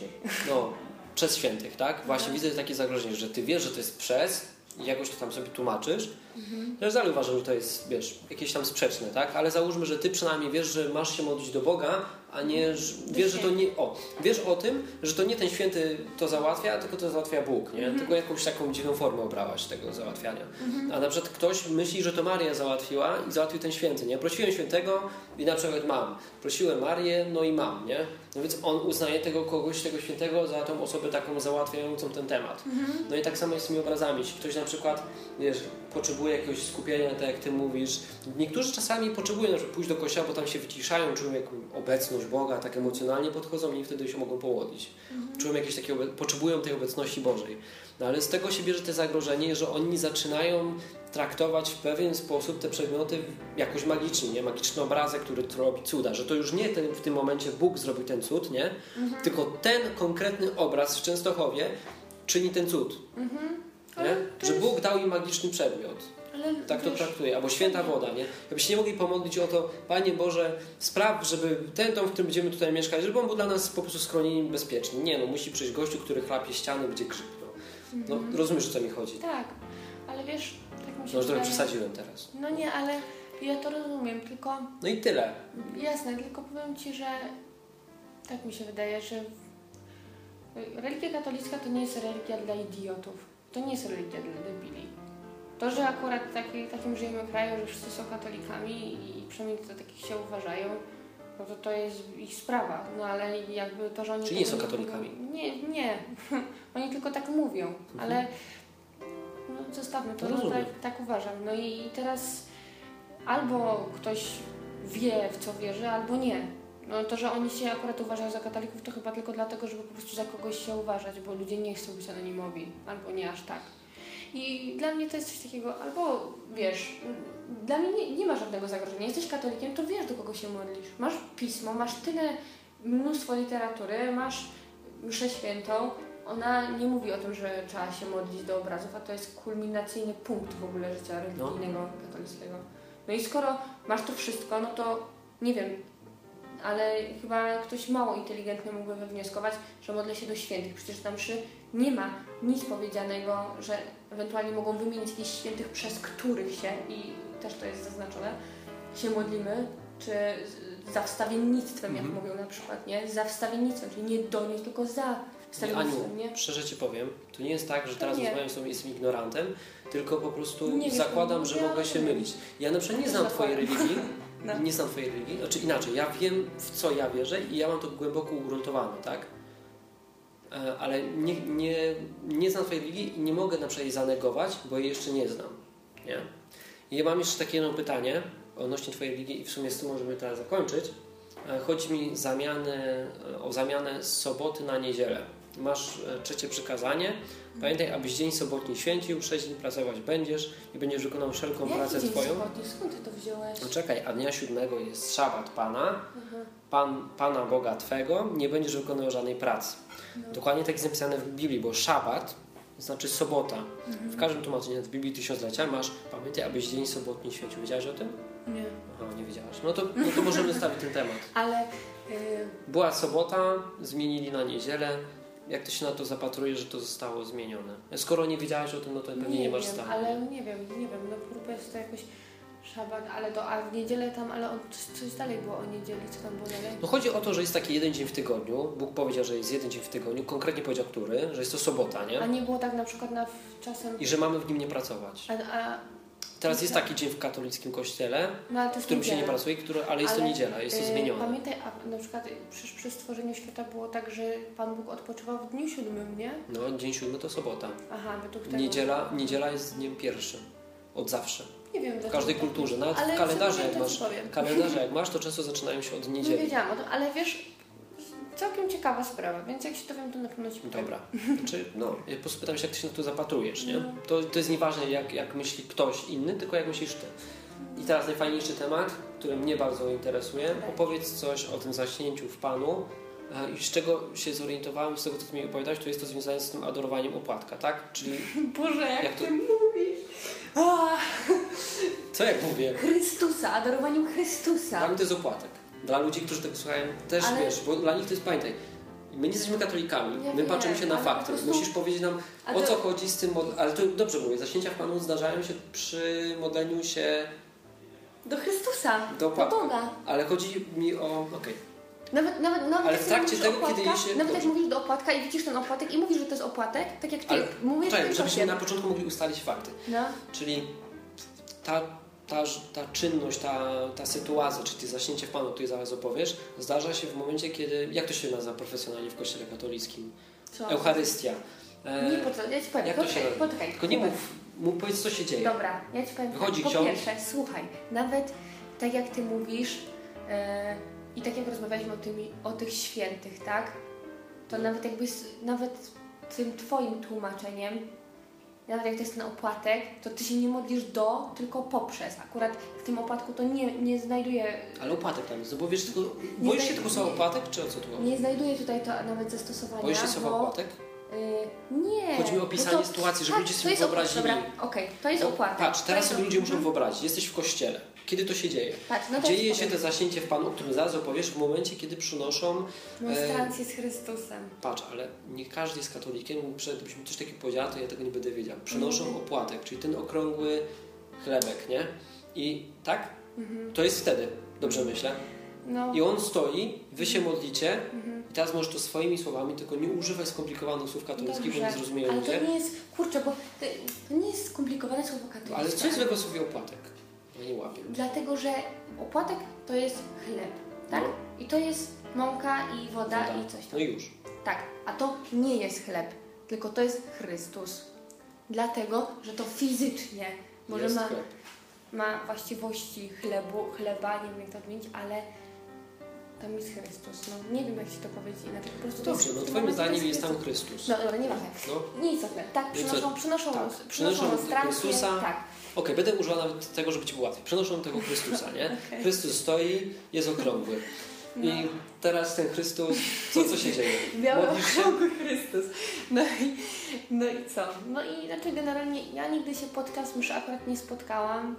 przez świętych, tak? Właśnie widzę takie zagrożenie, że Ty wiesz, że to jest przez i jakoś to tam sobie tłumaczysz. Ja dalej uważam, że to jest, wiesz, jakieś tam sprzeczne, tak? Ale załóżmy, że Ty przynajmniej wiesz, że masz się modlić do Boga, a nie, wiesz, że to nie... wiesz o tym, że to nie ten święty to załatwia, tylko to załatwia Bóg, nie? Tylko jakąś taką dziwną formę obrałaś tego załatwiania. A na przykład ktoś myśli, że to Maria załatwiła i załatwił ten święty, nie? Prosiłem świętego i na przykład mam. Prosiłem Marię, no i mam, nie? No więc on uznaje tego świętego za tą osobę taką załatwiającą ten temat. No i tak samo jest z tymi obrazami. Jeśli ktoś na przykład, wiesz, potrzebuje jakiegoś skupienia, tak jak Ty mówisz. Niektórzy czasami potrzebują na przykład pójść do kościoła, bo tam się wyciszają, czują jakąś obecność Boga, tak emocjonalnie podchodzą i wtedy się mogą połodnić. Czują jakieś takie, potrzebują tej obecności Bożej. No ale z tego się bierze te zagrożenie, że oni zaczynają traktować w pewien sposób te przedmioty jakoś magicznie, nie? Magiczny obrazek, który robi cuda, że to już nie w tym momencie Bóg zrobił ten cud, nie? Tylko ten konkretny obraz w Częstochowie czyni ten cud. Nie? Że Bóg dał im magiczny przedmiot. Ale tak to traktuje. Albo święta woda, nie? Jakbyście nie mogli pomodlić o to, Panie Boże, spraw, żeby ten dom, w którym będziemy tutaj mieszkać, żeby on był dla nas po prostu schronieniem bezpiecznym. Nie, no musi przyjść gościu, który chlapie ściany, będzie grzyb. No, rozumiesz, o co mi chodzi? Tak, ale wiesz, tak mi się trochę przesadziłem teraz. No nie, ale ja to rozumiem, tylko... No i tyle. Jasne, tylko powiem Ci, że tak mi się wydaje, że religia katolicka to nie jest religia dla idiotów. To nie jest religia dla debili. To, że akurat w takim żyjemy kraju, że wszyscy są katolikami i przynajmniej za takich się uważają, no to jest ich sprawa. No ale jakby to, że oni... Czyli nie są katolikami? Nie. Oni tylko tak mówią, ale no, zostawmy to. No, tak uważam. No i teraz albo ktoś wie, w co wierzy, albo nie. No to, że oni się akurat uważają za katolików, to chyba tylko dlatego, żeby po prostu za kogoś się uważać, bo ludzie nie chcą być anonimowi, albo nie aż tak. I dla mnie to jest coś takiego, albo wiesz, dla mnie nie ma żadnego zagrożenia. Jesteś katolikiem, to wiesz, do kogo się modlisz. Masz pismo, masz mnóstwo literatury, masz mszę świętą. Ona nie mówi o tym, że trzeba się modlić do obrazów, a to jest kulminacyjny punkt w ogóle życia religijnego, katolickiego. No i skoro masz to wszystko, no to nie wiem, ale chyba ktoś mało inteligentny mógłby wywnioskować, że modlę się do świętych. Przecież tam nie ma nic powiedzianego, że ewentualnie mogą wymienić jakichś świętych, przez których się, i też to jest zaznaczone, się modlimy, czy za wstawiennictwem, jak mówią na przykład, nie? Za wstawiennictwem, czyli nie do nich, tylko za Aniu, szczerze Ci powiem, to nie jest tak, że teraz rozmawiam z Tobą i jestem ignorantem, tylko po prostu zakładam, że mogę się mylić. Ja na przykład nie znam Twojej religii, nie znam Twojej religii, znaczy inaczej, ja wiem, w co ja wierzę i ja mam to głęboko ugruntowane, tak? Ale nie znam Twojej religii i nie mogę na przykład jej zanegować, bo jej jeszcze nie znam, nie? I ja mam jeszcze takie jedno pytanie odnośnie Twojej religii i w sumie z tym możemy teraz zakończyć. Chodzi mi o zamianę z soboty na niedzielę. Masz trzecie przykazanie. Pamiętaj, abyś dzień sobotni święcił, 6 dni pracować będziesz i będziesz wykonał wszelką pracę Twoją. Skąd Ty to wziąłeś? No czekaj, a dnia 7 jest szabat Pana, Pana Boga Twego, nie będziesz wykonywał żadnej pracy. Dokładnie tak jest napisane w Biblii, bo szabat znaczy sobota. W każdym tłumaczeniu w Biblii Tysiąclecia masz, pamiętaj, abyś dzień sobotni święcił. Wiedziałaś o tym? Nie. Aha, nie wiedziałaś. No to możemy zostawić ten temat. Ale... Była sobota, zmienili na niedzielę. Jak Ty się na to zapatrujesz, że to zostało zmienione? Skoro nie wiedziałaś o tym, no to pewnie nie masz stanu. Ale nie wiem. No próbuję jest to jakoś szabat, a w niedzielę tam, ale coś dalej było o niedzieli, co tam było dalej? No chodzi o to, że jest taki jeden dzień w tygodniu. Bóg powiedział, że jest jeden dzień w tygodniu. Konkretnie powiedział, który, że jest to sobota, nie? A nie było tak na przykład czasem... I że mamy w nim nie pracować. Teraz jest taki dzień w katolickim kościele, w którym się nie pracuje, ale jest to niedziela, jest to zmienione. Pamiętaj, a na przykład przy stworzeniu świata było tak, że Pan Bóg odpoczywał w dniu 7, nie? No, dzień 7 to sobota. Aha, według tego... Niedziela jest dniem pierwszym. Od zawsze. Nie wiem, w każdej kulturze. Nawet w kalendarze, jak masz, to często zaczynają się od niedzieli. Nie wiedziałam o tym, ale wiesz, całkiem ciekawa sprawa, więc jak się dowiem, to na pewno ci powiem. Dobra. Znaczy, ja po prostu pytam się, jak Ty się na to zapatrujesz, nie? To jest nieważne, jak myśli ktoś inny, tylko jak myślisz Ty. I teraz najfajniejszy temat, który mnie bardzo interesuje. Opowiedz coś o tym zaśnięciu w Panu i z czego się zorientowałem, z tego, co Ty mi opowiadałeś, to jest to związane z tym adorowaniem opłatka, tak? Czyli... Boże, jak Ty mówisz! Co jak mówię? Chrystusa, adorowaniem Chrystusa. Dla mnie to jest opłatek. Dla ludzi, którzy tego słuchają, też wiesz, bo dla nich to jest, pamiętaj, my nie jesteśmy katolikami, my patrzymy się na fakty. Musisz powiedzieć nam, o co chodzi z tym, ale to dobrze mówię, zaśnięcia w Panu zdarzają się przy modleniu się do Chrystusa, do Boga. Ale chodzi mi o... Nawet ale w trakcie tego, opłatka, kiedy się... Nawet jak mówisz do opłatka i widzisz ten opłatek i mówisz, że to jest opłatek, tak jak Ty mówisz... żebyśmy na początku mogli ustalić fakty. No. Czyli ta czynność, ta sytuacja, czy Ty zaśnięcie w Panu, której zaraz opowiesz, zdarza się w momencie, kiedy... Jak to się nazywa profesjonalnie w Kościele katolickim? Co? Eucharystia. Nie, ja Ci powiem. Jak to się robi? Tylko nie mów, powiedz, co się dzieje. Dobra, ja Ci powiem. Wychodzi po pierwsze, słuchaj, nawet tak jak Ty mówisz i tak jak rozmawialiśmy o tych świętych, tak? To nawet tym Twoim tłumaczeniem, nawet jak to jest ten opłatek, to Ty się nie modlisz tylko poprzez. Akurat w tym opłatku to nie znajduje... Ale opłatek tam jest, bo wiesz, boisz się tylko słowa opłatek, czy o co tu chodzi? Nie znajduję tutaj to nawet zastosowania. Boisz się słowa opłatek? Nie. Chodzi mi o opisanie sytuacji, żeby ludzie sobie wyobrazili. Dobra, to jest opłatek. Patrz, teraz sobie ludzie muszą wyobrazić. Jesteś w kościele. Kiedy to się dzieje? Patrz, dzieje się to zaśnięcie w Panu, o którym zaraz opowiesz, w momencie, kiedy przynoszą... monstrancję z Chrystusem. Patrz, ale nie każdy jest katolikiem. Gdybyś mi coś takiego powiedziała, to ja tego nie będę wiedział. Przynoszą opłatek, czyli ten okrągły chlebek, nie? I tak? To jest wtedy. Dobrze myślę? No. I on stoi, wy się modlicie i teraz możesz to swoimi słowami, tylko nie używaj skomplikowanych słów katolickich, bo nie zrozumieją ludzie. Ale to nie jest, kurczę, bo to nie jest skomplikowane słowo katolickie. Ale co jest złego w słowie opłatek? Ja nie łapię. Dlatego, że opłatek to jest chleb, tak? No. I to jest mąka i woda i coś tam. No i już. Tak, a to nie jest chleb, tylko to jest Chrystus. Dlatego, że to fizycznie może ma właściwości chleba, nie wiem jak to odmienić, ale tam jest Chrystus. No, nie wiem jak Ci to powiedzieć inaczej. Po prostu dobrze, no Twoim zdaniem jest tam Chrystus. No dobra, nieważne. Nieistotne. Tak, przynoszą Chrystusa. Tak. Okej, będę używał nawet tego, żeby Ci było łatwiej. Przenoszą tego Chrystusa, nie? Okay. Chrystus stoi, jest okrągły. I teraz ten Chrystus, co się dzieje? Biały okrągły Chrystus. No i co? No i znaczy generalnie ja nigdy się podczas mszy akurat nie spotkałam.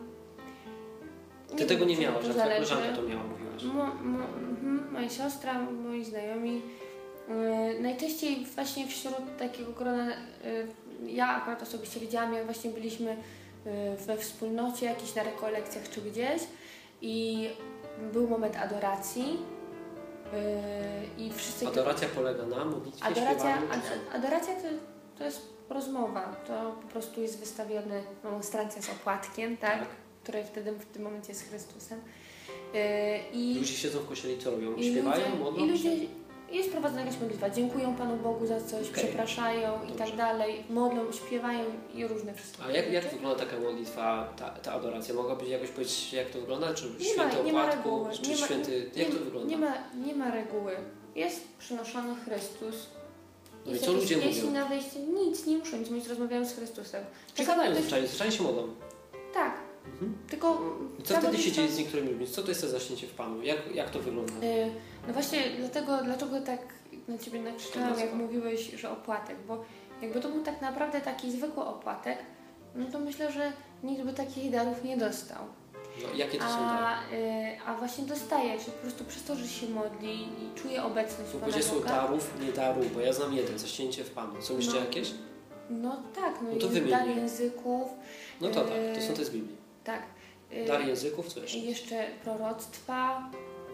Ty tego nie miałaś, a twoja koleżanka to miała, mówiłaś. Moja siostra, moi znajomi. Najczęściej właśnie wśród takiego grona, ja akurat osobiście widziałam, jak właśnie byliśmy we wspólnocie, jakichś na rekolekcjach czy gdzieś i był moment adoracji I wszyscy... Adoracja polega na modlitwie, śpiewaniu? Adoracja to jest rozmowa. To po prostu jest wystawiona monstrancja z opłatkiem, tak? Której wtedy w tym momencie jest Chrystusem. Ludzie siedzą w kościele i co robią? Śpiewają, modlą się? Jest prowadzona jakaś modlitwa. Dziękują Panu Bogu za coś, przepraszają i tak dalej. Modlą, śpiewają i różne wszystkie. A jak wygląda taka modlitwa, ta adoracja? Mogłabyś jakoś powiedzieć, jak to wygląda? Czy święty nie ma opłatku? reguły. Czy święty... Jak to wygląda? Nie ma reguły. Jest przynoszony Chrystus. No i co ludzie mówią? Jeśli na wejście nic nie muszą, nic rozmawiają z Chrystusem. Czy gadają zwyczajnie się modlą? Tak. Tylko... Co wtedy się dzieje z niektórymi ludźmi? Co to jest to zaśnięcie w Panu? Jak to wygląda? No właśnie dlaczego tak na Ciebie nakrzyczałam, jak mówiłeś, że opłatek, bo jakby to był tak naprawdę taki zwykły opłatek, no to myślę, że nikt by takich darów nie dostał. No, jakie to są dary? A właśnie dostaje, czyli po prostu przez to, że się modli i czuje obecność Pana Boga. Są darów, nie darów, bo ja znam jeden, zaśnięcie w Panu. Są jeszcze jakieś? No tak, no to jest dar języków. No to tak, to są te z Biblii. Tak. Dar języków, co jeszcze? Jeszcze proroctwa,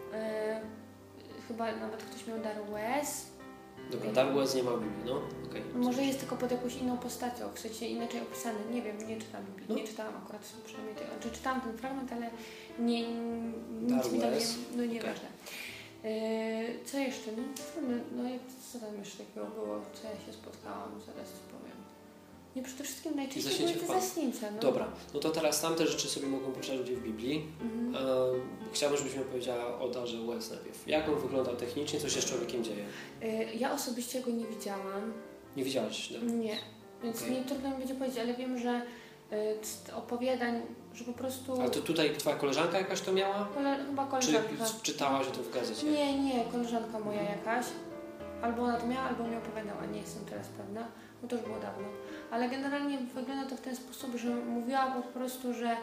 chyba nawet ktoś miał dar łez. Dobra, dar łez nie ma w Biblii, no. Okay. Może jest tylko pod jakąś inną postacią, w sensie inaczej opisany. Nie wiem, nie czytam Biblii, nie czytałam akurat przynajmniej tego. Znaczy czytałam ten fragment, ale nic mi tam nie, nieważne. Co jeszcze? Co tam jeszcze takiego było, co ja się spotkałam, zaraz ci powiem. Nie, przede wszystkim najczęściej były te zaśnięcia. No. Dobra, no to teraz tamte rzeczy sobie mogą poczytać ludzie w Biblii. Chciałabym, żebyś mi powiedziała o darze łez najpierw. Jak on wygląda technicznie, co się z człowiekiem dzieje? Ja osobiście go nie widziałam. Nie widziałaś? Tak? Nie, więc nie trudno mi będzie powiedzieć, ale wiem, że opowiadań, że po prostu... Ale to tutaj twoja koleżanka jakaś to miała? Chyba koleżanka. Czy czytałaś o tym w gazecie? Nie, koleżanka moja jakaś. Albo ona to miała, albo mi opowiadała. Nie jestem teraz pewna, bo to już było dawno. Ale generalnie wygląda to w ten sposób, że mówiła po prostu, że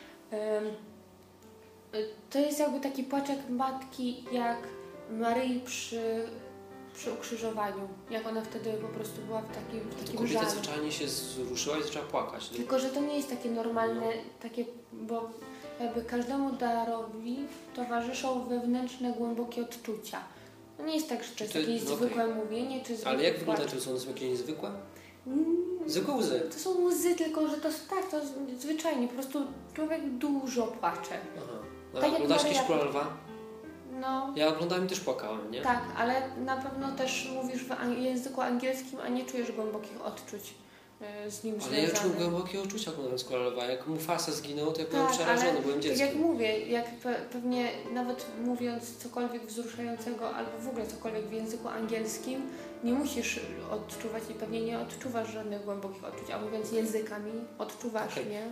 to jest jakby taki płaczek matki jak Maryi przy ukrzyżowaniu. Jak ona wtedy po prostu była w takim kobieta żalu. zwyczajnie się wzruszyła i zaczęła płakać. Nie? Tylko, że to nie jest takie normalne, takie, bo jakby każdemu darowi towarzyszą wewnętrzne, głębokie odczucia. No nie jest tak, że to jest jakieś zwykłe mówienie, czy zwykłe. Ale jak wygląda to? Są zwykle niezwykłe? Zwykłe łzy. To są łzy, tylko że to zwyczajnie, po prostu człowiek dużo płacze. Aha. Tak oglądasz jakieś Króla Lwa? No. Ja oglądałem i też płakałem, nie? Tak, ale na pewno też mówisz w języku angielskim, a nie czujesz głębokich odczuć z nim związanych. Ale ja czułem głębokie uczucia oglądając Króla Lwa. Jak Mufasa zginął, to ja byłem przerażony, byłem dzieckiem. Tak jak mówię, pewnie nawet mówiąc cokolwiek wzruszającego albo w ogóle cokolwiek w języku angielskim, nie musisz odczuwać i pewnie nie odczuwasz żadnych głębokich odczuć, a mówiąc językami odczuwasz, nie?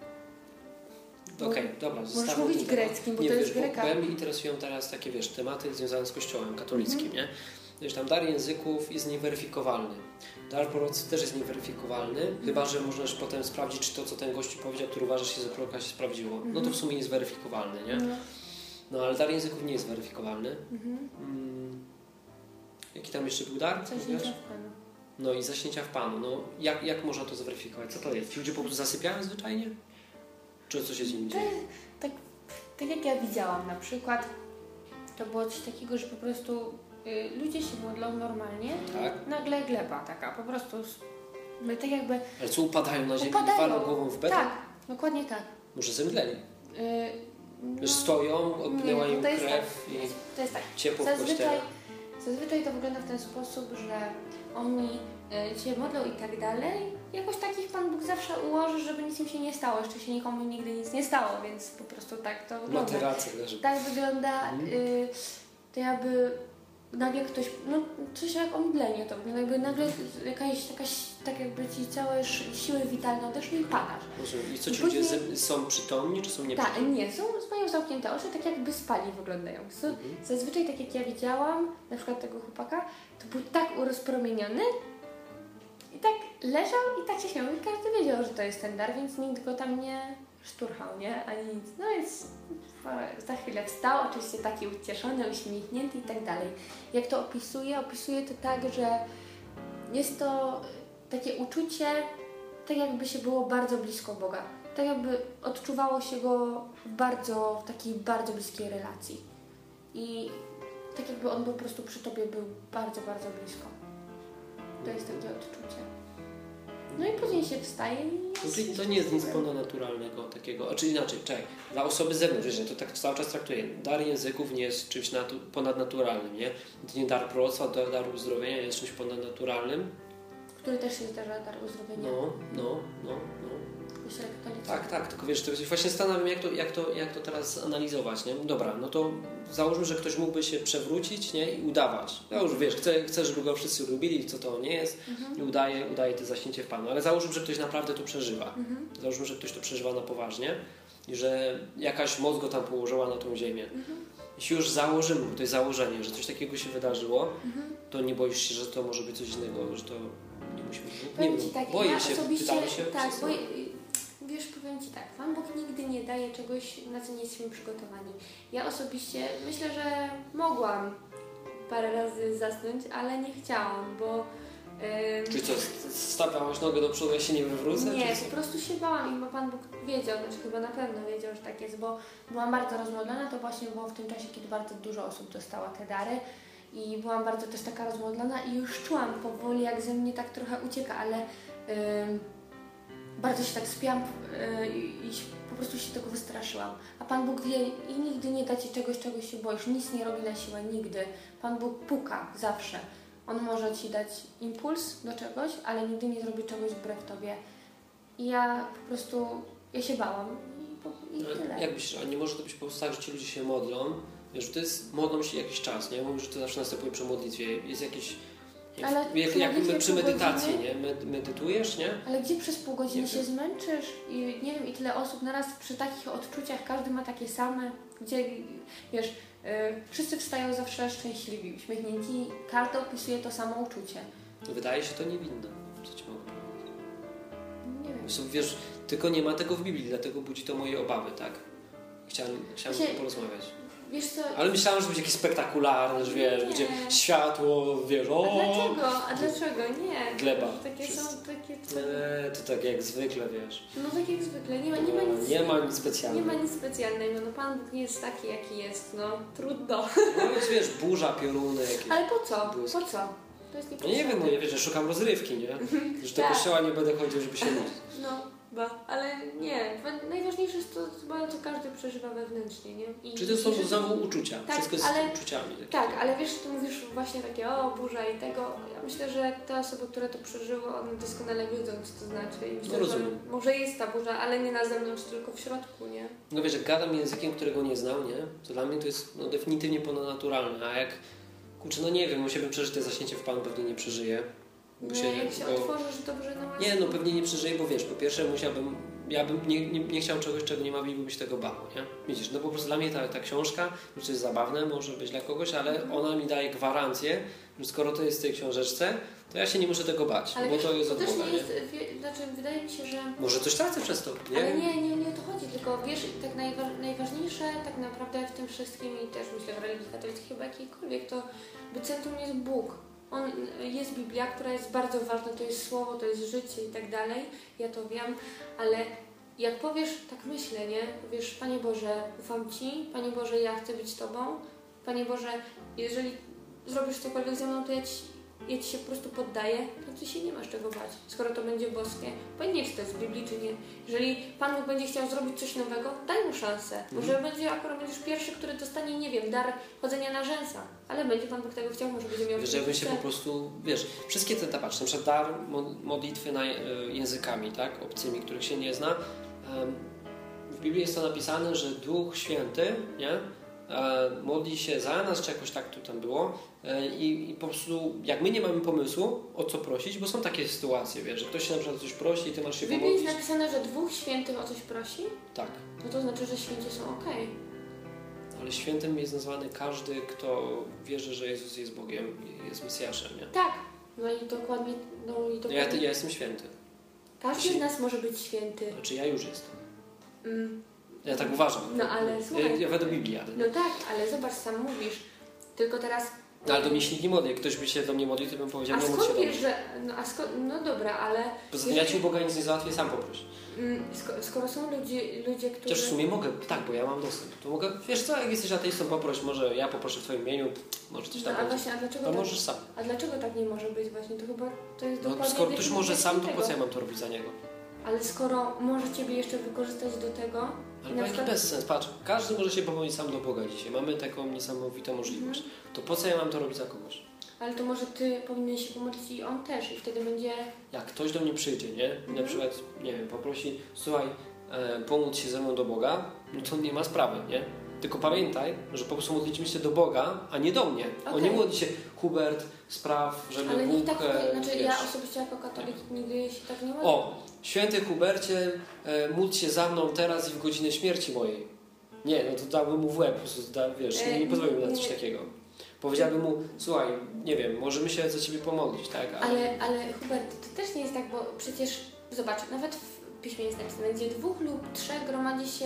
Okej, dobra. Możesz mówić greckim, bo to jest greka. Bo mnie interesują teraz takie, tematy związane z Kościołem katolickim, nie? Wiesz, tam dar języków jest nieweryfikowalny. Dar prorocy też jest nieweryfikowalny, chyba że możesz potem sprawdzić, czy to, co ten gościu powiedział, który uważa się za proroka, się sprawdziło. No to w sumie jest weryfikowalny, nie? No ale dar języków nie jest weryfikowalny. Jaki tam jeszcze był dar? Zaśnięcia w Panu. No i zaśnięcia w Panu. No, jak można to zweryfikować? Co to jest? Ci ludzie po prostu zasypiają zwyczajnie? Czy co się z nimi dzieje? Tak jak ja widziałam na przykład, to było coś takiego, że po prostu ludzie się modlą normalnie, tak? Nagle gleba taka, po prostu tak jakby... Ale co, upadają na ziemię i walą głową w beton? Tak, dokładnie tak. Może zemdleli? Stoją, odpłynęła im krew tak. i to jest tak. ciepło w kościele. Zazwyczaj to wygląda w ten sposób, że oni się modlą i tak dalej. Jakoś takich Pan Bóg zawsze ułoży, żeby nic im się nie stało. Jeszcze się nikomu nigdy nic nie stało, więc po prostu tak to wygląda. Materacja, tak wygląda, to jakby nagle ktoś, coś jak omdlenie to wygląda, jakby nagle jakaś tak jakby ci całe siły witalne odeszły i padasz. I co ci ludzie są przytomni, czy są nieprzytomni? Tak, nie, mają zamknięte oczy, tak jakby spali wyglądają. Zazwyczaj tak jak ja widziałam, na przykład tego chłopaka, to był tak urozpromieniony i tak leżał i tak się śmiał. I każdy wiedział, że to jest ten dar, więc nikt go tam nie szturchał, nie? Ani nic. No więc za chwilę wstał, oczywiście taki ucieszony, uśmiechnięty i tak dalej. Jak to opisuje to tak, że jest to takie uczucie, tak jakby się było bardzo blisko Boga. Tak jakby odczuwało się go w takiej bardzo bliskiej relacji. I tak jakby on po prostu przy tobie był bardzo, bardzo blisko. To jest takie odczucie. No i później się wstaje i No to nie jest nic ponadnaturalnego takiego. A czyli inaczej, czekaj, dla osoby z zewnątrz, że to tak cały czas traktuję. Dar języków nie jest czymś ponadnaturalnym, nie? To nie dar proroctwa, dar uzdrowienia jest czymś ponadnaturalnym. Który też się zdarza dar uzdrowienia. No. Myślę, katolicki. Tak, tylko wiesz, to właśnie zastanawiam, jak to teraz analizować, nie? Dobra, no to załóżmy, że ktoś mógłby się przewrócić, nie? I udawać. Ja już wiesz, chcę, żeby go wszyscy lubili, co to nie jest i udaje to zaśnięcie w Panu. Ale załóżmy, że ktoś naprawdę to przeżywa. Załóżmy, że ktoś to przeżywa na poważnie i że jakaś moc go tam położyła na tą ziemię. Jeśli już założymy, bo to jest założenie, że coś takiego się wydarzyło, to nie boisz się, że to może być coś innego, że to nie musi być... Nie wiem, tak, boję ja się, osobiście, pytamy się... tak, wiesz, powiem Ci tak, Pan Bóg nigdy nie daje czegoś, na co nie jesteśmy przygotowani. Ja osobiście myślę, że mogłam parę razy zasnąć, ale nie chciałam, bo... Czyli co, stawiałaś nogę do przodu, ja się nie wywrócę? Nie, po prostu się bałam i bo Pan Bóg wiedział, znaczy chyba na pewno wiedział, że tak jest, bo byłam bardzo rozmodlona, to właśnie było w tym czasie, kiedy bardzo dużo osób dostała te dary i byłam bardzo też taka rozmodlona i już czułam powoli, jak ze mnie tak trochę ucieka, ale bardzo się tak spiałam i po prostu się tego wystraszyłam. A Pan Bóg wie i nigdy nie da Ci czegoś, czego się boisz, nic nie robi na siłę, nigdy. Pan Bóg puka, zawsze. On może Ci dać impuls do czegoś, ale nigdy nie zrobi czegoś wbrew Tobie. I ja po prostu, ja się bałam i tyle. Jak myślisz, a nie może to być po prostu tak, że ci ludzie się modlą, wiesz, to jest, modlą się jakiś czas, nie? Mówisz, że to zawsze następuje przy modlitwie, jest jakiś... Jak przy medytacji, nie? Medytujesz, nie? Ale gdzie przez pół godziny się zmęczysz i nie wiem, i tyle osób naraz przy takich odczuciach, każdy ma takie same, gdzie, wiesz, wszyscy wstają zawsze szczęśliwi, uśmiechnięci, każdy opisuje to samo uczucie. Wydaje się to niewinne, co Ci mogę powiedzieć. Nie wiem. Wiesz, tylko nie ma tego w Biblii, dlatego budzi to moje obawy, tak? Chciałem o tym porozmawiać. Wiesz co? Ale myślałem, że będzie jakieś spektakularne, że wiesz, będzie światło, wiesz, A dlaczego? Nie. Gleba. Takie są takie... To tak jak zwykle, wiesz. No tak jak zwykle, nie ma nic specjalnego. Nie ma nic specjalnego, no Pan Bóg nie jest taki, jaki jest, no trudno. No jest, wiesz, burza, pioruny jakieś. Ale po co? Po co? To jest no nie wiem, no ja wiesz, że szukam rozrywki, nie? Że do kościoła nie będę chodził, żeby się nudzić. No, ale nie. Najważniejsze jest to, co każdy przeżywa wewnętrznie, nie? Czyli to są znowu uczucia. Tak, wszystko jest z uczuciami. Tak, ale wiesz, ty mówisz właśnie takie, burza i tego. Ja myślę, że te osoby, które to przeżyły, one doskonale wiedzą, co to znaczy. I myślę, że może jest ta burza, ale nie na zewnątrz, tylko w środku, nie? No wiesz, jak gadam językiem, którego nie znał, nie? To dla mnie to jest definitywnie ponadnaturalne. A jak, kurczę, no nie wiem, musiałbym przeżyć te zaśnięcie w Panu, pewnie nie przeżyję. Jak się otworzysz dobrze na łaskę. Nie, no pewnie nie przeżyję, bo wiesz, po pierwsze ja bym nie chciał czegoś, czego nie ma w Biblii, bym się tego bał, nie? Widzisz, no po prostu dla mnie ta książka, już jest zabawne, może być dla kogoś, ale ona mi daje gwarancję, że skoro to jest w tej książeczce, to ja się nie muszę tego bać, ale bo wiesz, to jest to od też Boga, nie jest, znaczy wydaje mi się, że... Może coś tracę przez to, nie? Ale nie o to chodzi, tylko wiesz, tak najważniejsze tak naprawdę w tym wszystkim i też myślę w religii katolickiej chyba jakiejkolwiek, to by centrum jest Bóg. Jest Biblia, która jest bardzo ważna, to jest słowo, to jest życie i tak dalej, ja to wiem, ale jak powiesz, tak myślę, nie? Powiesz, Panie Boże, ufam Ci, Panie Boże, ja chcę być Tobą, Panie Boże, jeżeli zrobisz cokolwiek ze mną, to ja Ci się po prostu poddaję, to Ty się nie masz czego bać, skoro to będzie boskie. Bo nie wiem, czy to jest z Biblii, czy nie. Jeżeli Pan Bóg będzie chciał zrobić coś nowego, daj Mu szansę. Może akurat będziesz pierwszy, który dostanie, nie wiem, dar chodzenia na rzęsa. Ale będzie Pan Bóg tego chciał, może będzie miał... Wiesz, że jakby się po prostu, wiesz, wszystkie te patrz, na przykład dar modlitwy językami, tak, obcymi, których się nie zna. W Biblii jest to napisane, że Duch Święty, nie? Modli się za nas, czy jakoś tak tu tam było i po prostu jak my nie mamy pomysłu o co prosić, bo są takie sytuacje, wiesz, że ktoś się na przykład coś prosi i ty masz się pomodlić. W Biblii jest napisane, że Duch Święty o coś prosi? Tak. No to znaczy, że święci są okej. Ale świętym jest nazwany każdy, kto wierzy, że Jezus jest Bogiem i jest Mesjaszem, nie? Tak. No i dokładnie... Ja jestem święty. Każdy z nas może być święty. Znaczy ja już jestem. Ja tak uważam. No ale słuchaj. Ja według Biblii jadę. No tak, ale zobacz, sam mówisz. Tylko teraz No ale do mnie się nikt nie modli. Jak ktoś by się do mnie modlił, to bym powiedział, nie módl się do mnie. Że... No dobra, ale... Poza tym ja Ci u Boga nic nie załatwię, sam poproś. Skoro są ludzie, którzy... Chociaż w sumie mogę, tak, bo ja mam dostęp. To mogę, wiesz co, jak jesteś ateistą, poproś, może ja poproszę w Twoim imieniu, może coś tam a właśnie, a dlaczego to możesz sam. A dlaczego tak nie może być właśnie? To chyba to jest dokładnie... No skoro ktoś może sam, to po co ja mam to robić za niego? Ale skoro może Ciebie jeszcze wykorzystać do tego... Ale jaki bezsens, patrz, każdy może się pomodlić sam do Boga dzisiaj. Mamy taką niesamowitą możliwość. To po co ja mam to robić za kogoś? Ale to może Ty powinieneś się pomodlić i on też i wtedy będzie... Jak ktoś do mnie przyjdzie, nie? I na przykład, nie wiem, poprosi, słuchaj, pomóc się ze mną do Boga, no to nie ma sprawy, nie? Tylko pamiętaj, że po prostu modlić się do Boga, a nie do mnie. Okay. On nie modli się, Hubert, spraw, żeby ale Bóg... Tak, znaczy ja osobiście jako katolik nigdy się tak nie modlę. O, święty Hubercie, módl się za mną teraz i w godzinę śmierci mojej. Nie, no to dałbym mu w łeb, po prostu, wiesz, nie pozwoliłbym na coś takiego. Powiedziałbym mu, słuchaj, nie wiem, możemy się za Ciebie pomodlić, tak? Ale Hubert, to też nie jest tak, bo przecież, zobacz, nawet w piśmie jest napisane, gdzie 2 lub 3 gromadzi się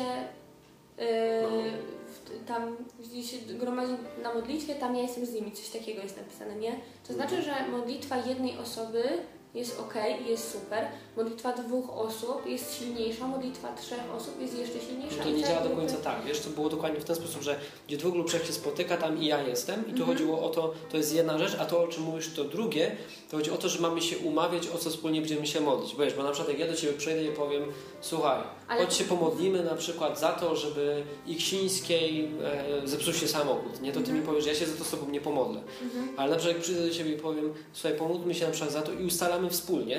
tam, gdzie się gromadzi na modlitwie, tam ja jestem z nimi, coś takiego jest napisane, nie? To znaczy, że modlitwa jednej osoby jest okej, jest super. Modlitwa 2 osób jest silniejsza, modlitwa 3 osób jest jeszcze silniejsza. No to nie działa do końca tak, wiesz, to było dokładnie w ten sposób, że gdzie 2 lub 3 się spotyka, tam i ja jestem i tu chodziło o to, to jest jedna rzecz, a to, o czym mówisz, to drugie, to chodzi o to, że mamy się umawiać, o co wspólnie będziemy się modlić. Bo wiesz, bo na przykład jak ja do Ciebie przyjdę i powiem, słuchaj, chodź się pomodlimy na przykład za to, żeby Iksińskiej zepsuł się samochód, nie? To Ty mi powiesz, ja się za to z Tobą nie pomodlę. Ale na przykład jak przyjdę do Ciebie i powiem, słuchaj, pomódlmy się na przykład za to i ustalamy wspólnie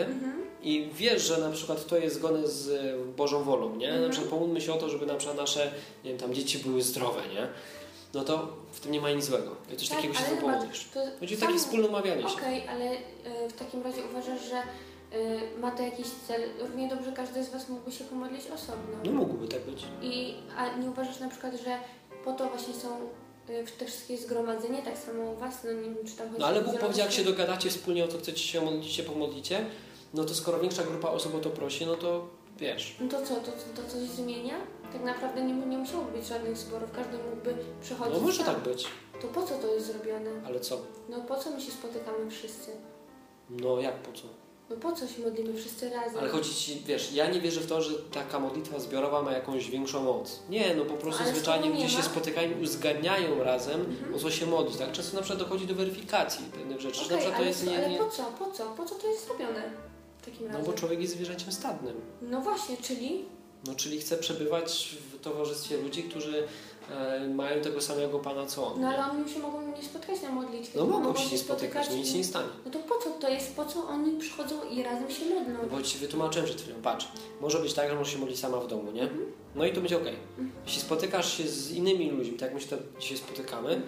i wiesz, że na przykład to jest zgodne z Bożą wolą, nie? Na przykład pomódlmy się o to, żeby na przykład nasze, nie wiem, tam dzieci były zdrowe, nie? No to w tym nie ma nic złego. I coś takiego się pomodlisz. Chodzi o takie wspólne umawianie się. Okej, ale w takim razie uważasz, że ma to jakiś cel? Równie dobrze każdy z Was mógłby się pomodlić osobno. No mógłby tak być. A nie uważasz na przykład, że po to właśnie są te wszystkie zgromadzenie, tak samo u Was, no nie wiem, czy tam chodzi. No ale Bóg powiedział, jak się dogadacie wspólnie o co chcecie się modlić, się pomodlicie, no to skoro większa grupa osób o to prosi, no to wiesz. No to co, to coś zmienia? Tak naprawdę nie musiało być żadnych zborów, każdy mógłby przechodzić. No może tak być. To po co to jest zrobione? Ale co? No po co my się spotykamy wszyscy? No jak po co? No po co się modlimy wszyscy razem? Ale chodzi Ci, wiesz, ja nie wierzę w to, że taka modlitwa zbiorowa ma jakąś większą moc. Nie, no po prostu zwyczajnie ludzie się spotykają i uzgadniają razem, o co się modlić, tak? Często na przykład dochodzi do weryfikacji pewnych rzeczy. Okay, na przykład to ale, jest nie... ale po co to jest zrobione w takim razie? No bo człowiek jest zwierzęciem stadnym. No właśnie, czyli? No czyli chce przebywać w towarzystwie ludzi, którzy mają tego samego Pana co on. No ale oni się mogą nie spotkać na modlitwie. No mogą się nie spotykać, nic się nie stanie. No to po co to jest? Po co oni przychodzą i razem się modlą? No bo Ci wytłumaczyłem przed chwilą. Patrz, może być tak, że możesz się modlić sama w domu, nie? No i to będzie okej. Jeśli spotykasz się z innymi ludźmi, tak jak my się dzisiaj spotykamy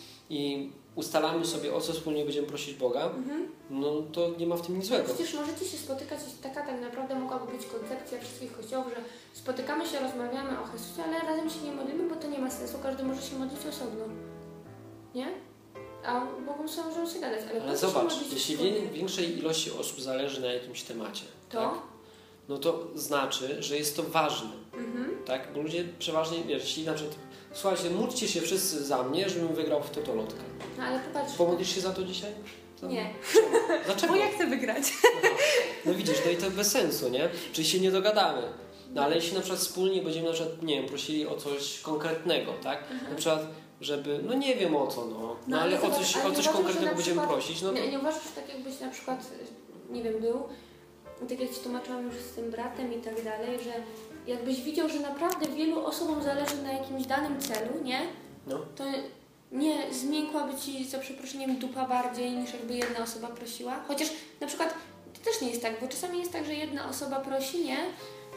i ustalamy sobie, o co wspólnie będziemy prosić Boga, no to nie ma w tym nic złego. No przecież możecie się spotykać i taka tak naprawdę mogłaby być koncepcja wszystkich kościołów, że spotykamy się, rozmawiamy o Chrystusie, ale razem się nie modlimy, bo to nie ma sensu, każdy może się modlić osobno. Nie? A mogą sobie możemy się gadać, ale zobacz, jeśli większej ilości osób zależy na jakimś temacie, to? Tak? No to znaczy, że jest to ważne. Tak? Bo ludzie przeważnie, wiesz, jeśli na przykład słuchajcie, módlcie się wszyscy za mnie, żebym wygrał w totolotkę. No ale popatrz. Pomodlisz się za to dzisiaj? To... Nie. Dlaczego? Bo ja chcę wygrać. No widzisz, no i to bez sensu, nie? Czyli się nie dogadamy. No ale jeśli na przykład wspólnie będziemy na przykład, nie wiem, prosili o coś konkretnego, tak? Na przykład, żeby, no nie wiem o co, no ale o coś konkretnego będziemy prosić, no to... Nie uważasz, że tak jakbyś na przykład, nie wiem, był, tak jak Ci tłumaczyłam już z tym bratem i tak dalej, że jakbyś widział, że naprawdę wielu osobom zależy na jakimś danym celu, nie? No. To nie zmiękłaby Ci, za przeproszeniem, dupa bardziej, niż jakby jedna osoba prosiła. Chociaż na przykład to też nie jest tak, bo czasami jest tak, że jedna osoba prosi, nie?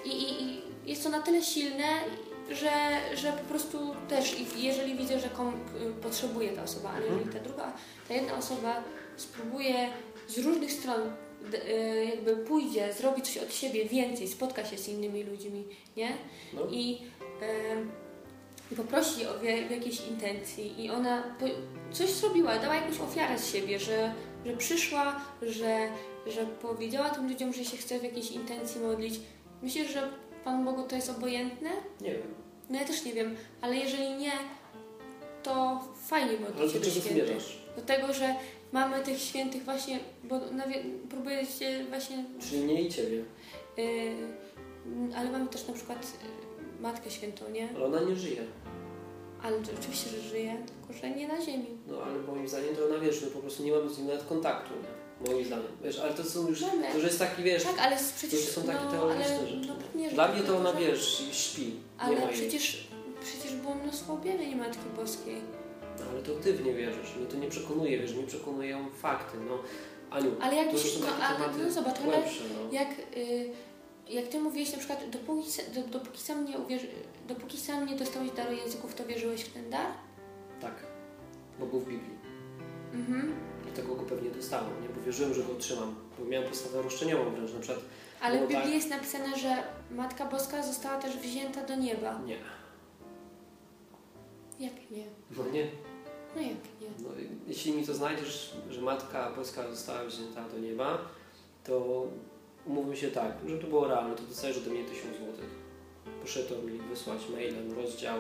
I jest to na tyle silne, że po prostu też, jeżeli widzę, że potrzebuje ta osoba, ale jeżeli ta jedna osoba spróbuje z różnych stron jakby pójdzie, zrobi coś od siebie więcej, spotka się z innymi ludźmi, nie? No. I poprosi w jakiejś intencji i ona coś zrobiła, dała jakąś ofiarę z siebie, że przyszła, że powiedziała tym ludziom, że się chce w jakiejś intencji modlić. Myślisz, że Panu Bogu to jest obojętne? Nie wiem. No ja też nie wiem, ale jeżeli nie, to fajnie modlić Ale się do do czego świętych. zmierzasz? Do tego, że mamy tych świętych właśnie, bo próbuję się właśnie... Czyli nie i Ciebie. Ale mamy też na przykład Matkę Świętą, nie? Ale ona nie żyje. Ale to oczywiście, że żyje, tylko że nie na ziemi. No ale moim zdaniem to ona, wiesz, my po prostu nie mamy z nim nawet kontaktu, nie? Moim zdaniem. Wiesz, ale to są już, Mamy. to już jest taki, wiesz, Tak, ale to przecież... już są takie no, teologiczne ale, rzeczy. no, pewnie, że Dla tak, mnie to ona, że- wiesz, śpi. Nie Ale ma jej. przecież było mnóstwo objawień Matki Boskiej. No, ale to Ty w nie wierzysz. Mnie to nie przekonuje, wiesz, mnie przekonują fakty, no. Aniu, Ale jak to już się, są no, takie ale tematy no zobacz, ale głębsze, no. jak ty mówiłeś na przykład, dopóki sam nie dostałeś daru języków, to wierzyłeś w ten dar? Tak, bo był w Biblii. Mhm. Dlatego go pewnie dostałem, nie? Bo wierzyłem, że go otrzymam. Bo miałem postawę roszczeniową wręcz, na przykład. Ale no, w Biblii tak. jest napisane, że Matka Boska została też wzięta do nieba. Nie. Jak nie? No nie. No jak nie? No, jeśli mi to znajdziesz, że Matka Boska została wzięta do nieba, to umówmy się tak, że to było realne, to dostajesz ode mnie 1000 zł. Proszę to mi wysłać mailem, rozdział,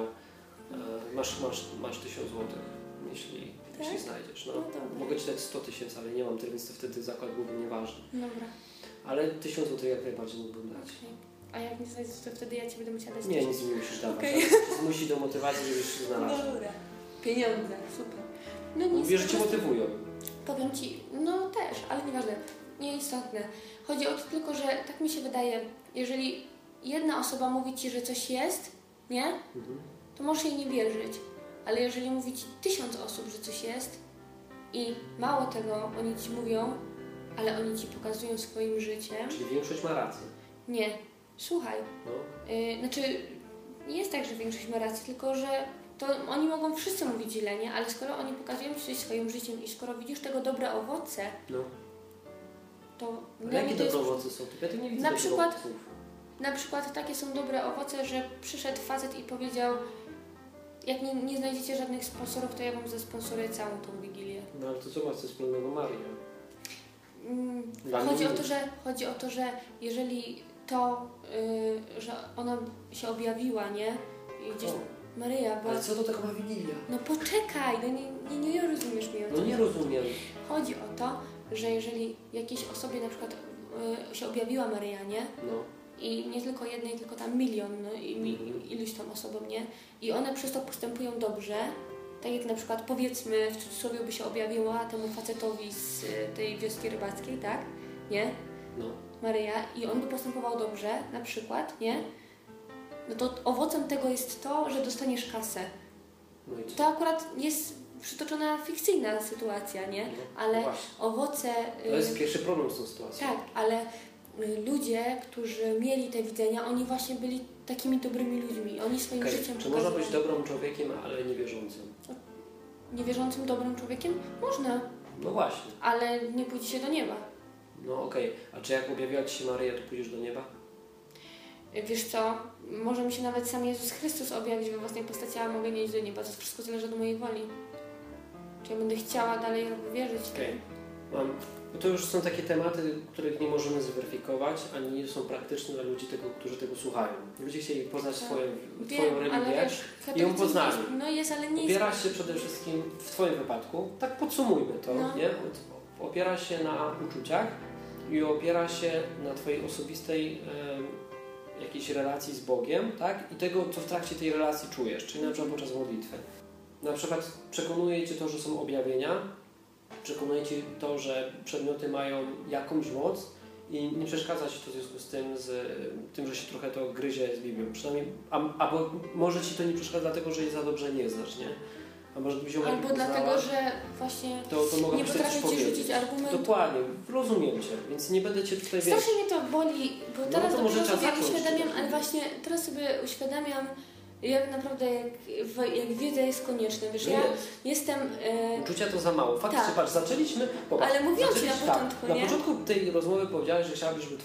masz 1000 zł, jeśli znajdziesz. No, No dobra. mogę Ci dać 100 000, ale nie mam tyle, więc to wtedy zakład byłby nieważny. Dobra. Ale 1000 zł jak najbardziej mógłbym dać. Okay. A jak nie znajdziesz, to wtedy ja Ci będę musiała dać Nie, 1000. nic mi nie musisz dawać. Okej. To zmusi do motywacji, żebyś się znalazł. Dobra. Pieniądze, super. No nic. Mówię, że Cię po prostu- motywują. Powiem Ci, no też, ale nieważne, nieistotne. Chodzi o to tylko, że tak mi się wydaje, jeżeli jedna osoba mówi Ci, że coś jest, nie? Mhm. To możesz jej nie wierzyć. Ale jeżeli mówi Ci 1000 osób, że coś jest i mało tego oni Ci mówią, ale oni Ci pokazują swoim życiem, Czyli większość ma rację. nie, słuchaj, No. znaczy nie jest tak, że większość ma rację, tylko że to oni mogą wszyscy mówić źle, nie? Ale skoro oni pokazują Ci coś swoim życiem i skoro widzisz tego dobre owoce, No. to Ale dla mnie jakie to jest... dobre owoce są? Ja tu nie widzę Na takich przykład- owoców. Na przykład takie są dobre owoce, że przyszedł facet i powiedział, jak nie znajdziecie żadnych sponsorów, to ja Wam zasponsoruję całą tą Wigilię. No ale to co ma coś wspólnego Maria? Dla Chodzi mnie chodzi o to, że jeżeli to, że ona się objawiła, nie? I gdzieś O. Maryja, bo... Ale co do tego ma Wigilia? No poczekaj, no nie rozumiesz mnie. No nie rozumiem. Chodzi o to, że jeżeli jakiejś osobie na przykład się objawiła Maryja, nie? No. I nie tylko jednej, tylko tam milion, no i iluś tam osobom, nie? I one przez to postępują dobrze, tak jak na przykład powiedzmy w cudzysłowie by się objawiła temu facetowi z tej wioski rybackiej, tak? Nie? No. Maryja i on by postępował dobrze, na przykład, nie? No to owocem tego jest to, że dostaniesz kasę. No i co? To akurat jest przytoczona fikcyjna sytuacja, nie? No, Ale właśnie. owoce... To jest pierwszy problem z tą sytuacją. Tak, ale ludzie, którzy mieli te widzenia, oni właśnie byli takimi dobrymi ludźmi. Oni swoim Okej, życiem czy można być pokazywali. dobrym człowiekiem, ale niewierzącym? Niewierzącym, dobrym człowiekiem? Można, No właśnie. ale nie pójdzie się do nieba. No okej. A czy jak objawiła Ci się Maryja, to pójdziesz do nieba? Wiesz co, może mi się nawet sam Jezus Chrystus objawić we własnej postaci, a mogę nie iść do nieba. To wszystko zależy od mojej woli. Czy ja będę chciała dalej wierzyć w to? Okej. Bo to już są takie tematy, których nie możemy zweryfikować, ani nie są praktyczne dla ludzi, którzy tego słuchają. Ludzie chcieli poznać Tak. Twoją Wiem, ale religię. wiesz, i ją katolicyzm poznali. jest, no jest, ale nie Opiera jest... się przede wszystkim, w Twoim wypadku, tak podsumujmy to, No. nie? Opiera się na uczuciach i opiera się na Twojej osobistej jakiejś relacji z Bogiem, tak? I tego, co w trakcie tej relacji czujesz, czyli na przykład podczas modlitwy. Na przykład przekonuje Cię to, że są objawienia, przekonuje Cię to, że przedmioty mają jakąś moc i nie przeszkadza Ci to w związku z tym, że się trochę to gryzie z Biblią. Przynajmniej, albo może Ci to nie przeszkadza dlatego, że jej za dobrze nie znasz, nie? A może gdybyś ją lepiej Albo poznała, dlatego, że właśnie to mogę nie Ci coś potrafię Ci powiedzieć. rzucić argumentu. Dokładnie, rozumiem Cię, więc nie będę Cię tutaj... Strasznie mnie to boli, bo No teraz to może dopiero trzeba sobie zacząć uświadamiam, tego. ale właśnie teraz sobie uświadamiam, jak naprawdę, jak wiedza jest konieczna. Wiesz, No ja jest. jestem... Uczucia to za mało. Faktycznie, Tak. patrz, zaczęliśmy... Popatrz, Ale mówiłam Ci na zaczęliśmy- początku, Na nie? początku tej rozmowy powiedziałeś, że chciałabyś, żeby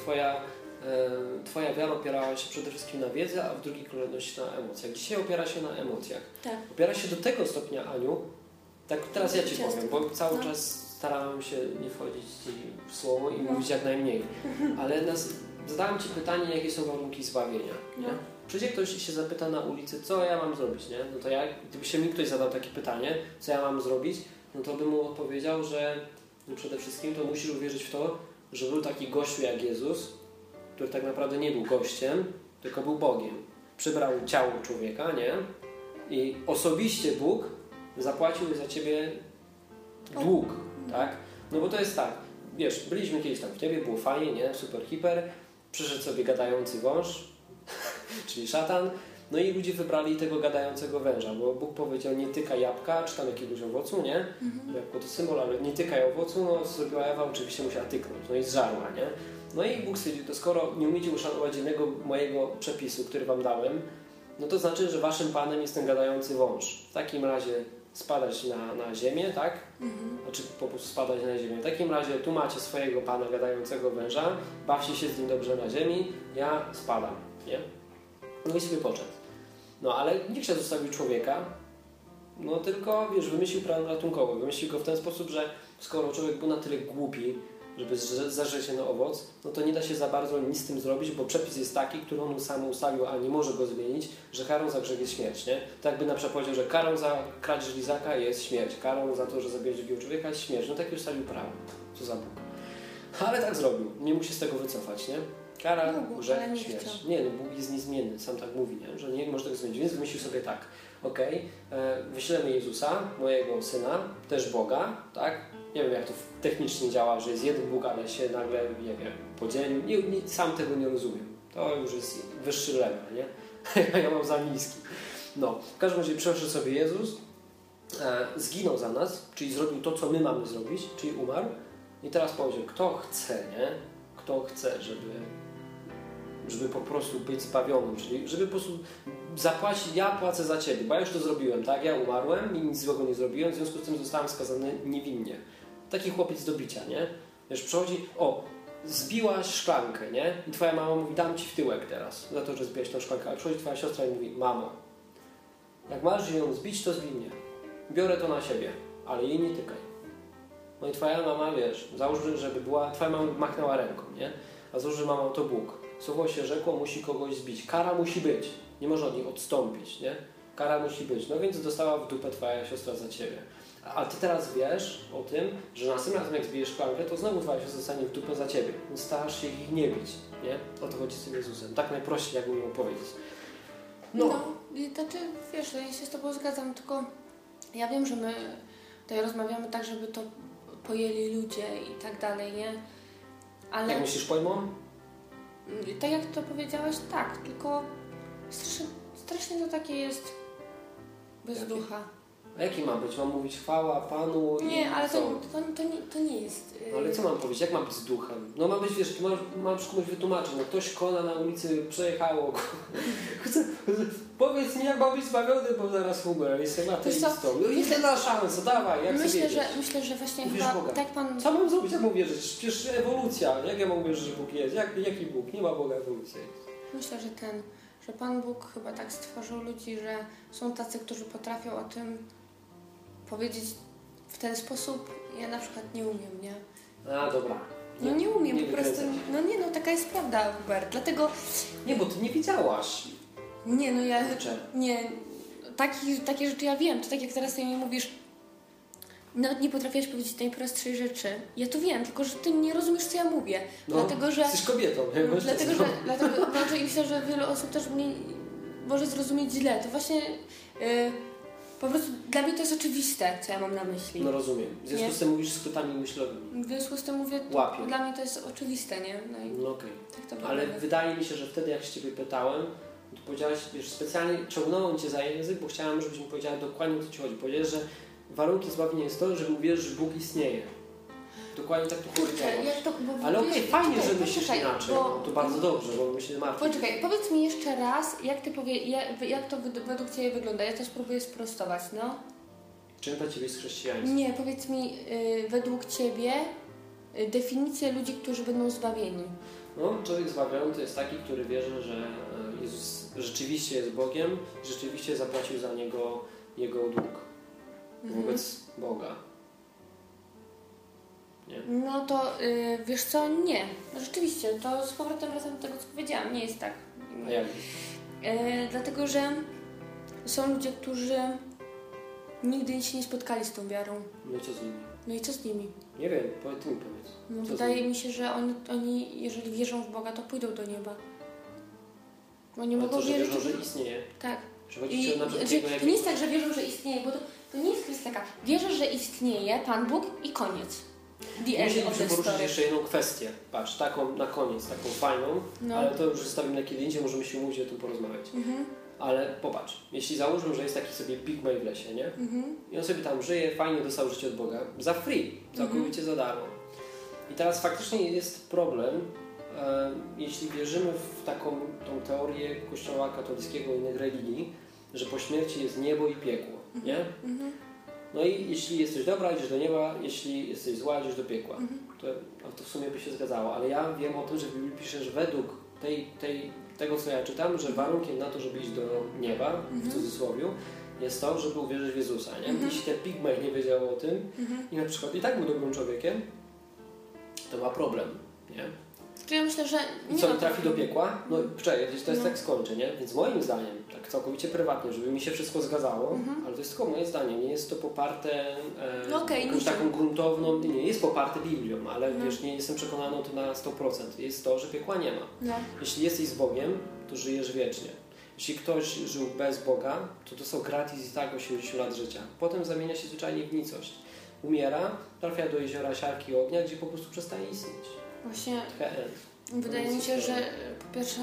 Twoja wiara opierała się przede wszystkim na wiedzy, a w drugiej kolejności na emocjach. Dzisiaj opiera się na emocjach. Tak. Opiera się do tego stopnia, Aniu, tak teraz ja Ci Ciasto. powiem, bo cały No. czas starałem się nie wchodzić Ci w słowo i No. mówić jak najmniej. Ale zadałem Ci pytanie, jakie są warunki zbawienia. Nie? No. Przyjdzie ktoś i się zapyta na ulicy, co ja mam zrobić, nie? No to gdyby się mi ktoś zadał takie pytanie, co ja mam zrobić, no to bym mu odpowiedział, że przede wszystkim to musisz uwierzyć w to, że był taki gościu jak Jezus, który tak naprawdę nie był gościem, tylko był Bogiem. Przybrał ciało człowieka, nie? I osobiście Bóg zapłacił za ciebie dług, tak? No bo to jest tak, wiesz, byliśmy kiedyś tam w niebie, było fajnie, nie? Super, hiper, przyszedł sobie gadający wąż, czyli szatan, no i ludzie wybrali tego gadającego węża, bo Bóg powiedział, nie tykaj jabłka, czy tam jakiegoś owocu, nie? Jabłko to symbol, ale nie tykaj owocu, no co zrobiła Ewa, oczywiście musiała tyknąć, no i zżarła, nie? No i Bóg stwierdził, to skoro nie umiecie uszanować jednego mojego przepisu, który wam dałem, no to znaczy, że waszym panem jest ten gadający wąż. W takim razie spadać na ziemię, tak? Znaczy po prostu spadać na ziemię. W takim razie tu macie swojego pana gadającego węża, bawcie się z nim dobrze na ziemi, ja spadam, nie? No i sobie poszedł. No ale nikt się zostawił człowieka, no tylko, wiesz, wymyślił plan ratunkowy. Wymyślił go w ten sposób, że skoro człowiek był na tyle głupi, żeby zażreć się na owoc, no to nie da się za bardzo nic z tym zrobić, bo przepis jest taki, który on sam ustalił, a nie może go zmienić, że karą za grzech jest śmierć, nie? Tak jakby na przykład powiedział, że karą za kradzież lizaka jest śmierć, karą za to, że zabijesz drugiego człowieka jest śmierć. No taki ustalił prawo. Co za Bóg. Ale tak zrobił. Nie mógł się z tego wycofać, nie? Kara, grzech, śmierć. Nie, no Bóg jest niezmienny, sam tak mówi, nie? Że nie może tego zmienić, więc wymyślił sobie tak. Wyślemy Jezusa, mojego Syna, też Boga, tak? Nie wiem, jak to technicznie działa, że jest jeden Bóg, ale się nagle, nie wiem, podzielił. Sam tego nie rozumiem. To już jest wyższy level, nie? Ja mam za niski. No, w każdym razie przeszedł sobie Jezus, zginął za nas, czyli zrobił to, co my mamy zrobić, czyli umarł. I teraz powiedział, kto chce, nie? Kto chce, żeby po prostu być zbawionym, czyli żeby po prostu zapłacić, ja płacę za Ciebie, bo ja już to zrobiłem, tak? Ja umarłem i nic złego nie zrobiłem, w związku z tym zostałem skazany niewinnie. Taki chłopiec do bicia, nie? Wiesz, przychodzi, zbiłaś szklankę, nie? I Twoja mama mówi, dam Ci w tyłek teraz, za to, że zbiłaś tą szklankę. Ale przychodzi Twoja siostra i mówi, mamo, jak masz ją zbić, to zbij mnie. Biorę to na siebie, ale jej nie tykaj. No i Twoja mama, wiesz, załóżmy, żeby była, Twoja mama machnęła ręką, nie? A załóżmy, że mama to Bóg. Słowo się rzekło, musi kogoś zbić. Kara musi być. Nie można od niej odstąpić, nie? Kara musi być. No więc dostała w dupę Twoja siostra za Ciebie. A Ty teraz wiesz o tym, że następnym razem jak zbijesz szklankę, to znowu Twoja siostra zostanie w dupę za Ciebie. Więc starasz się ich nie bić, nie? O to chodzi z tym Jezusem. Tak najprościej, jakbym miał powiedzieć. No, znaczy, wiesz, ja się z Tobą zgadzam, tylko ja wiem, że my tutaj rozmawiamy tak, żeby to pojęli ludzie i tak dalej, nie? Ale... Jak myślisz, pojmą? Tak jak to powiedziałeś, tak, tylko strasznie to takie jest bez ducha. A jaki ma być? Mam mówić chwała Panu i nie, ale co? to nie jest... No ale co mam powiedzieć? Jak mam być z duchem? No ma być, wiesz, masz komuś wytłumaczyć. No ktoś kona na ulicy przejechało. Powiedz mi, jak mam być zbawiony, bo zaraz umrę. Jestem ateistą. No jest na szansę, dawaj, jak myślę, że właśnie uwierz chyba Boga. tak Pan... Co mam zrobić, jak mam wierzyć? Przecież ewolucja. Jak ja mam uwierzyć, że Bóg jest? Jaki Bóg? Nie ma Boga, ewolucja jest. Myślę, że Pan Bóg chyba tak stworzył ludzi, że są tacy, którzy potrafią o tym powiedzieć w ten sposób. Ja na przykład nie umiem, nie? A, dobra. No nie umiem, po prostu. No taka jest prawda, Hubert. Dlatego... Nie, bo Ty nie wiedziałaś. Nie, no ja... Nie, takie rzeczy ja wiem. To tak jak teraz Ty mi mówisz, nawet nie potrafiłaś powiedzieć najprostszej rzeczy. Ja to wiem, tylko że Ty nie rozumiesz, co ja mówię. No, dlatego, że... jesteś kobietą. Dlatego i myślę, że wiele osób też mnie może zrozumieć źle. To właśnie... Po prostu dla mnie to jest oczywiste, co ja mam na myśli. No rozumiem. W związku z tym mówisz skrótami myślowymi. W związku z tym mówię, dla mnie to jest oczywiste, nie? No okej. Tak ale wydaje mi się, że wtedy jak się Ciebie pytałem, to powiedziałaś, wiesz, specjalnie ciągnąłem Cię za język, bo chciałem, żebyś mi powiedziała dokładnie, o co Ci chodzi. Powiedziałeś, że warunkiem zbawienia jest to, żeby uwierzyć, że Bóg istnieje. Dokładnie tak to powiedziałaś. Ale okej, fajnie, że myślisz inaczej. To bardzo dobrze, bo my się martwimy. Poczekaj, powiedz mi jeszcze raz, jak to według Ciebie wygląda. Ja to spróbuję sprostować, no. Czym dla Ciebie jest chrześcijaństwo? Nie, powiedz mi według Ciebie definicję ludzi, którzy będą zbawieni. No, człowiek zbawiony to jest taki, który wierzy, że Jezus rzeczywiście jest Bogiem, rzeczywiście zapłacił za niego jego dług wobec Boga. Nie? No to wiesz co? Nie. No rzeczywiście, to z powrotem wracam do tego, co powiedziałam. Nie jest tak. A jak? Dlatego, że są ludzie, którzy nigdy się nie spotkali z tą wiarą. No i co z nimi? No i co z nimi? Nie wiem, ty mi powiedz. No wydaje mi się, że oni, jeżeli wierzą w Boga, to pójdą do nieba. Oni mogą to, że wierzyć, wierzą, że istnieje? Tak. Że chodzi ci o nawet To nie jest tak, że wierzą, że istnieje, bo to nie jest kwestia taka. Wierzę, że istnieje Pan Bóg i koniec. Musimy poruszyć jeszcze jedną kwestię. Patrz, taką na koniec, taką fajną, ale to już zostawimy na kiedy indziej, możemy się umówić o tym porozmawiać. Ale popatrz, jeśli założymy, że jest taki sobie pigmej w lesie, nie? I on sobie tam żyje, fajnie dostał życie od Boga, za free, całkowicie za darmo. I teraz faktycznie jest problem, jeśli wierzymy w tą teorię Kościoła katolickiego i innych religii, że po śmierci jest niebo i piekło, nie? No i jeśli jesteś dobra, idziesz do nieba, jeśli jesteś zła, idziesz do piekła. To w sumie by się zgadzało, ale ja wiem o tym, że w Biblii pisze, że według tego, co ja czytam, że warunkiem na to, żeby iść do nieba, w cudzysłowie, jest to, żeby uwierzyć w Jezusa, nie? Jeśli ten pigmej nie wiedział o tym i na przykład i tak był dobrym człowiekiem, to ma problem, nie? Ja myślę, że i co, trafi do piekła? No czekaj, to jest tak skończy, nie? Więc moim zdaniem, tak całkowicie prywatnie, żeby mi się wszystko zgadzało, ale to jest tylko moje zdanie, nie jest to poparte jakąś taką gruntowną, nie jest poparte Biblią, ale wiesz, nie jestem przekonany o tym na 100%. Jest to, że piekła nie ma. Jeśli jesteś z Bogiem, to żyjesz wiecznie. Jeśli ktoś żył bez Boga, to są gratis i tak 80 lat życia. Potem zamienia się zwyczajnie w nicość. Umiera, trafia do jeziora siarki i ognia, gdzie po prostu przestaje istnieć. Właśnie wydaje mi się, że po pierwsze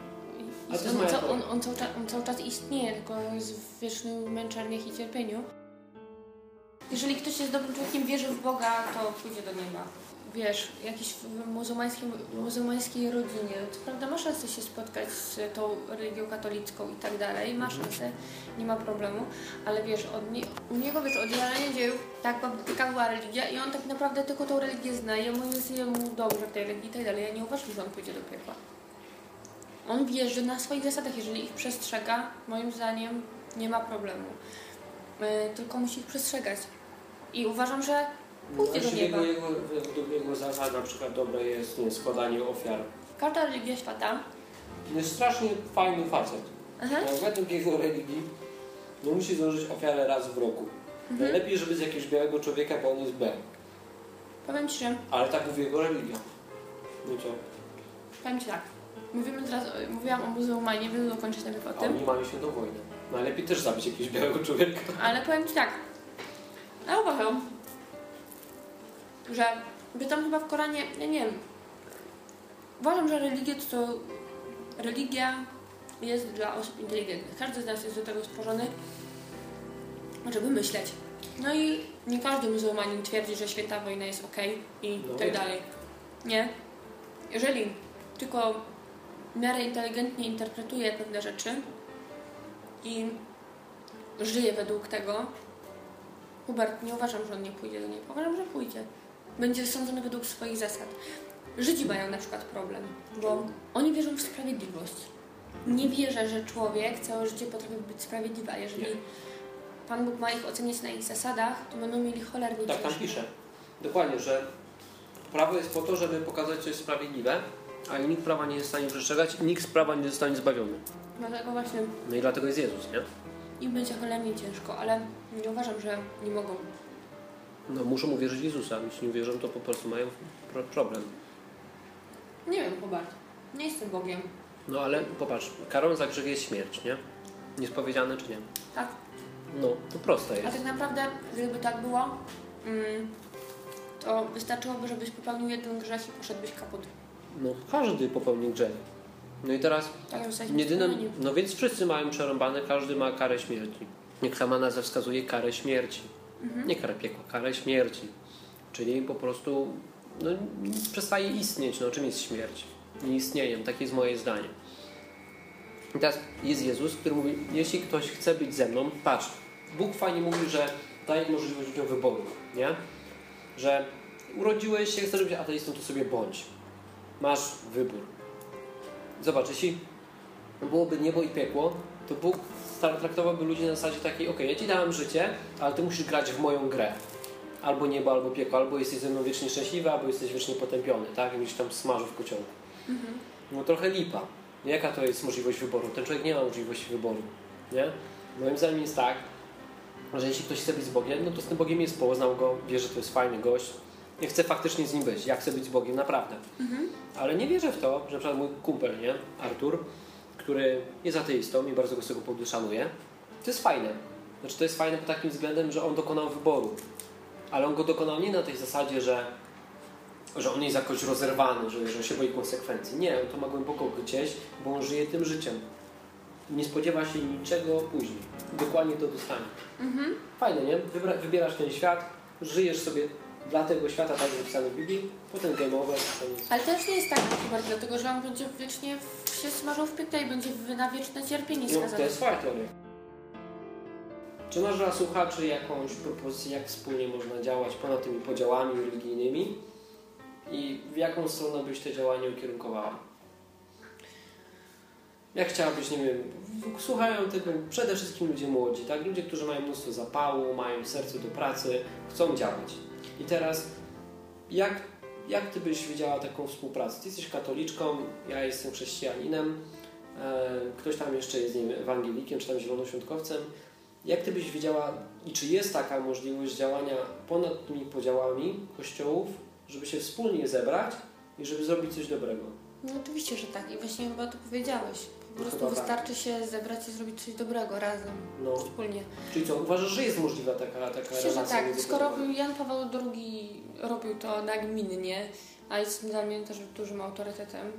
on cały czas istnieje, tylko jest w wiecznym męczarniach i cierpieniu. Jeżeli ktoś jest dobrym człowiekiem, wierzy w Boga, to pójdzie do nieba. Wiesz, jakiś w muzułmańskiej rodzinie, to prawda, ma szansę się spotkać z tą religią katolicką i tak dalej, ma szansę, nie ma problemu, ale wiesz, u niego wiesz, od jarania dziejów taka była religia i on tak naprawdę tylko tą religię zna i jest jemu dobrze w tej religii i tak dalej. Ja nie uważam, że on pójdzie do piekła. On wierzy na swoich zasadach, jeżeli ich przestrzega, moim zdaniem nie ma problemu. Tylko musi ich przestrzegać. I uważam, że pójdzie do nieba. Według jego zasad na przykład dobre jest składanie ofiar. Każda religia świata jest strasznie fajny facet. Według jego religii musi złożyć ofiarę raz w roku. Najlepiej, żeby z jakiegoś białego człowieka, bo on jest B. Powiem Ci, że... Ale tak mówi jego religia. No co? Powiem Ci tak. Mówiłam o muzułmanie, będę dokończyć nawet o tym. Oni mają świętą wojnę. Najlepiej też zabić jakiegoś białego człowieka. Ale powiem Ci tak. Ja uważam, że tam chyba w Koranie, ja nie wiem, uważam, że religia jest dla osób inteligentnych. Każdy z nas jest do tego stworzony, żeby myśleć. No i nie każdy muzułmanin twierdzi, że święta wojna jest okej i tak dalej. Nie. Jeżeli tylko w miarę inteligentnie interpretuje pewne rzeczy i żyje według tego, Hubert, nie uważam, że on nie pójdzie do niej. Uważam, że pójdzie. Będzie sądzony według swoich zasad. Żydzi mają na przykład problem, bo oni wierzą w sprawiedliwość. Nie wierzę, że człowiek całe życie potrafi być sprawiedliwy, a jeżeli Pan Bóg ma ich oceniać na ich zasadach, to będą mieli cholernie ciężko. Tak tam pisze. Dokładnie, że prawo jest po to, żeby pokazać, co jest sprawiedliwe, a nikt prawa nie jest w stanie przestrzegać i nikt z prawa nie zostanie zbawiony. Dlatego właśnie... No i dlatego jest Jezus, nie? Im będzie cholernie ciężko, ale nie uważam, że nie mogą. No muszą uwierzyć w Jezusa. Jeśli nie wierzą, to po prostu mają problem. Nie wiem, Hubert. Nie jestem Bogiem. No ale popatrz, karą za grzech jest śmierć, nie? Niespowiedziane czy nie? Tak. No, to proste jest. A tak naprawdę, gdyby tak było, to wystarczyłoby, żebyś popełnił jeden grzech i poszedłbyś kaput. No, każdy popełni grzech. No i teraz jedynym, no więc wszyscy mają przerąbane, każdy ma karę śmierci. Jak sama nazwa wskazuje, karę śmierci. Nie karę piekła, karę śmierci. Czyli po prostu przestaje istnieć. No czym jest śmierć? Nieistnieniem, takie jest moje zdanie. I teraz jest Jezus, który mówi, jeśli ktoś chce być ze mną, patrz, Bóg fajnie mówi, że daje możliwość ludziom wyboru, nie? Że urodziłeś się, chcesz być ateistą, to sobie bądź. Masz wybór. Zobacz, jeśli byłoby niebo i piekło, to Bóg traktowałby ludzi na zasadzie takiej, okej, ja ci dałem życie, ale ty musisz grać w moją grę. Albo niebo, albo piekło, albo jesteś ze mną wiecznie szczęśliwy, albo jesteś wiecznie potępiony, tak? I gdzieś tam smaży w kociołku. No trochę lipa. Jaka to jest możliwość wyboru? Ten człowiek nie ma możliwości wyboru, nie? Moim zdaniem jest tak, że jeśli ktoś chce być z Bogiem, no to z tym Bogiem jest, poznał go, wie, że to jest fajny gość. Ja chcę faktycznie z nim być, ja chcę być z Bogiem, naprawdę. Ale nie wierzę w to, że na przykład mój kumpel, nie? Artur, który jest ateistą i bardzo go z tego powodu szanuję, to jest fajne. Znaczy to jest fajne pod takim względem, że on dokonał wyboru. Ale on go dokonał nie na tej zasadzie, że on jest jakoś rozerwany, że się boi konsekwencji. Nie, on to ma głęboko gdzieś, bo on żyje tym życiem. Nie spodziewa się niczego później. Dokładnie to dostanie. Fajne, nie? Wybierasz ten świat, żyjesz sobie dla tego świata, tak jak napisane w Biblii, potem game over. Ale to już nie jest tak chyba, dlatego że on będzie wiecznie się smażał w piekle i będzie na wieczne cierpienie skazany. No, to jest twoja teoria. Czy masz dla słuchaczy jakąś propozycję, jak wspólnie można działać ponad tymi podziałami religijnymi i w jaką stronę byś te działania ukierunkowała? Jak chciałabyś, nie wiem, słuchają tego przede wszystkim ludzie młodzi, tak? Ludzie, którzy mają mnóstwo zapału, mają serce do pracy, chcą działać. I teraz, jak ty byś widziała taką współpracę? Ty jesteś katoliczką, ja jestem chrześcijaninem, ktoś tam jeszcze jest, nie wiem, ewangelikiem, czy tam zielonoświątkowcem. Jak ty byś widziała i czy jest taka możliwość działania ponad tymi podziałami kościołów, żeby się wspólnie zebrać i żeby zrobić coś dobrego? No oczywiście, że tak. I właśnie chyba to powiedziałeś. Po prostu wystarczy się zebrać i zrobić coś dobrego razem, wspólnie. Czyli co, uważasz, że jest możliwa taka relacja? Że tak. Skoro Jan Paweł II robił to nagminnie, a jest dla mnie też dużym autorytetem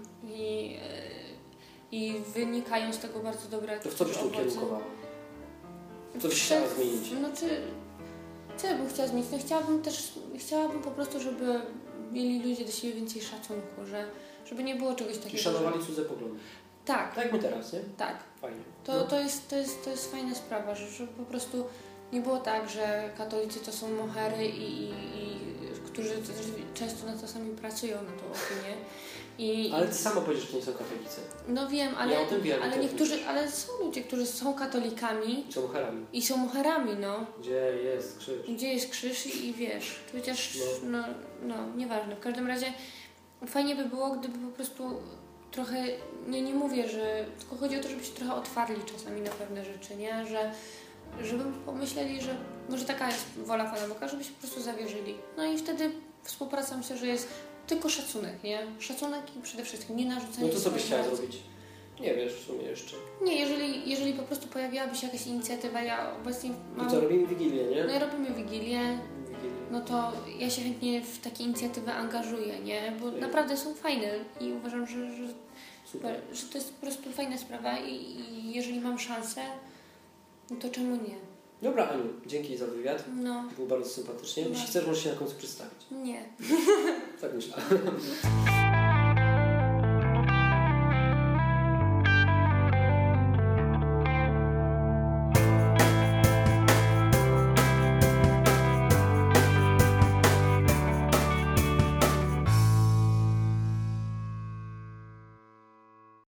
i wynikają z tego bardzo dobre to w co byś to ukierunkowała? Co byś chciała zmienić? Co ja bym chciała zmienić? No chciałabym po prostu, żeby mieli ludzie do siebie więcej szacunku, żeby nie było czegoś takiego. I szanowali cudze poglądy. Tak. Tak jak my teraz, nie? Tak. Fajnie. To jest fajna sprawa, że po prostu nie było tak, że katolicy to są mohery i którzy często na to sami pracują, na tą opinię. Ale ty sama powiedziesz, że to nie są katolicy. No wiem, ale, ja o tym wiem, ale są ludzie, którzy są katolikami. I są moherami, no. Gdzie jest krzyż? Gdzie jest krzyż i wiesz, chociaż, nieważne. W każdym razie fajnie by było, gdyby po prostu trochę, nie mówię, że, tylko chodzi o to, żeby się trochę otwarli czasami na pewne rzeczy, nie? Żeby pomyśleli, że może taka jest wola Pana Boga, żeby się po prostu zawierzyli. No i wtedy współpraca, myślę, że jest tylko szacunek, nie? Szacunek i przede wszystkim nie narzucenie. No to co byś chciała zrobić? Nie wiesz w sumie jeszcze. Nie, jeżeli po prostu pojawiłaby się jakaś inicjatywa, ja obecnie mam... I co, robimy Wigilię, nie? No i robimy Wigilię. No to ja się chętnie w takie inicjatywy angażuję, nie? Bo naprawdę są fajne i uważam, że to jest po prostu fajna sprawa i jeżeli mam szansę, no to czemu nie? Dobra, Aniu, dzięki za wywiad. No. Było bardzo sympatycznie. Jeśli chcesz, możesz się na końcu przedstawić. Nie. Tak myślę.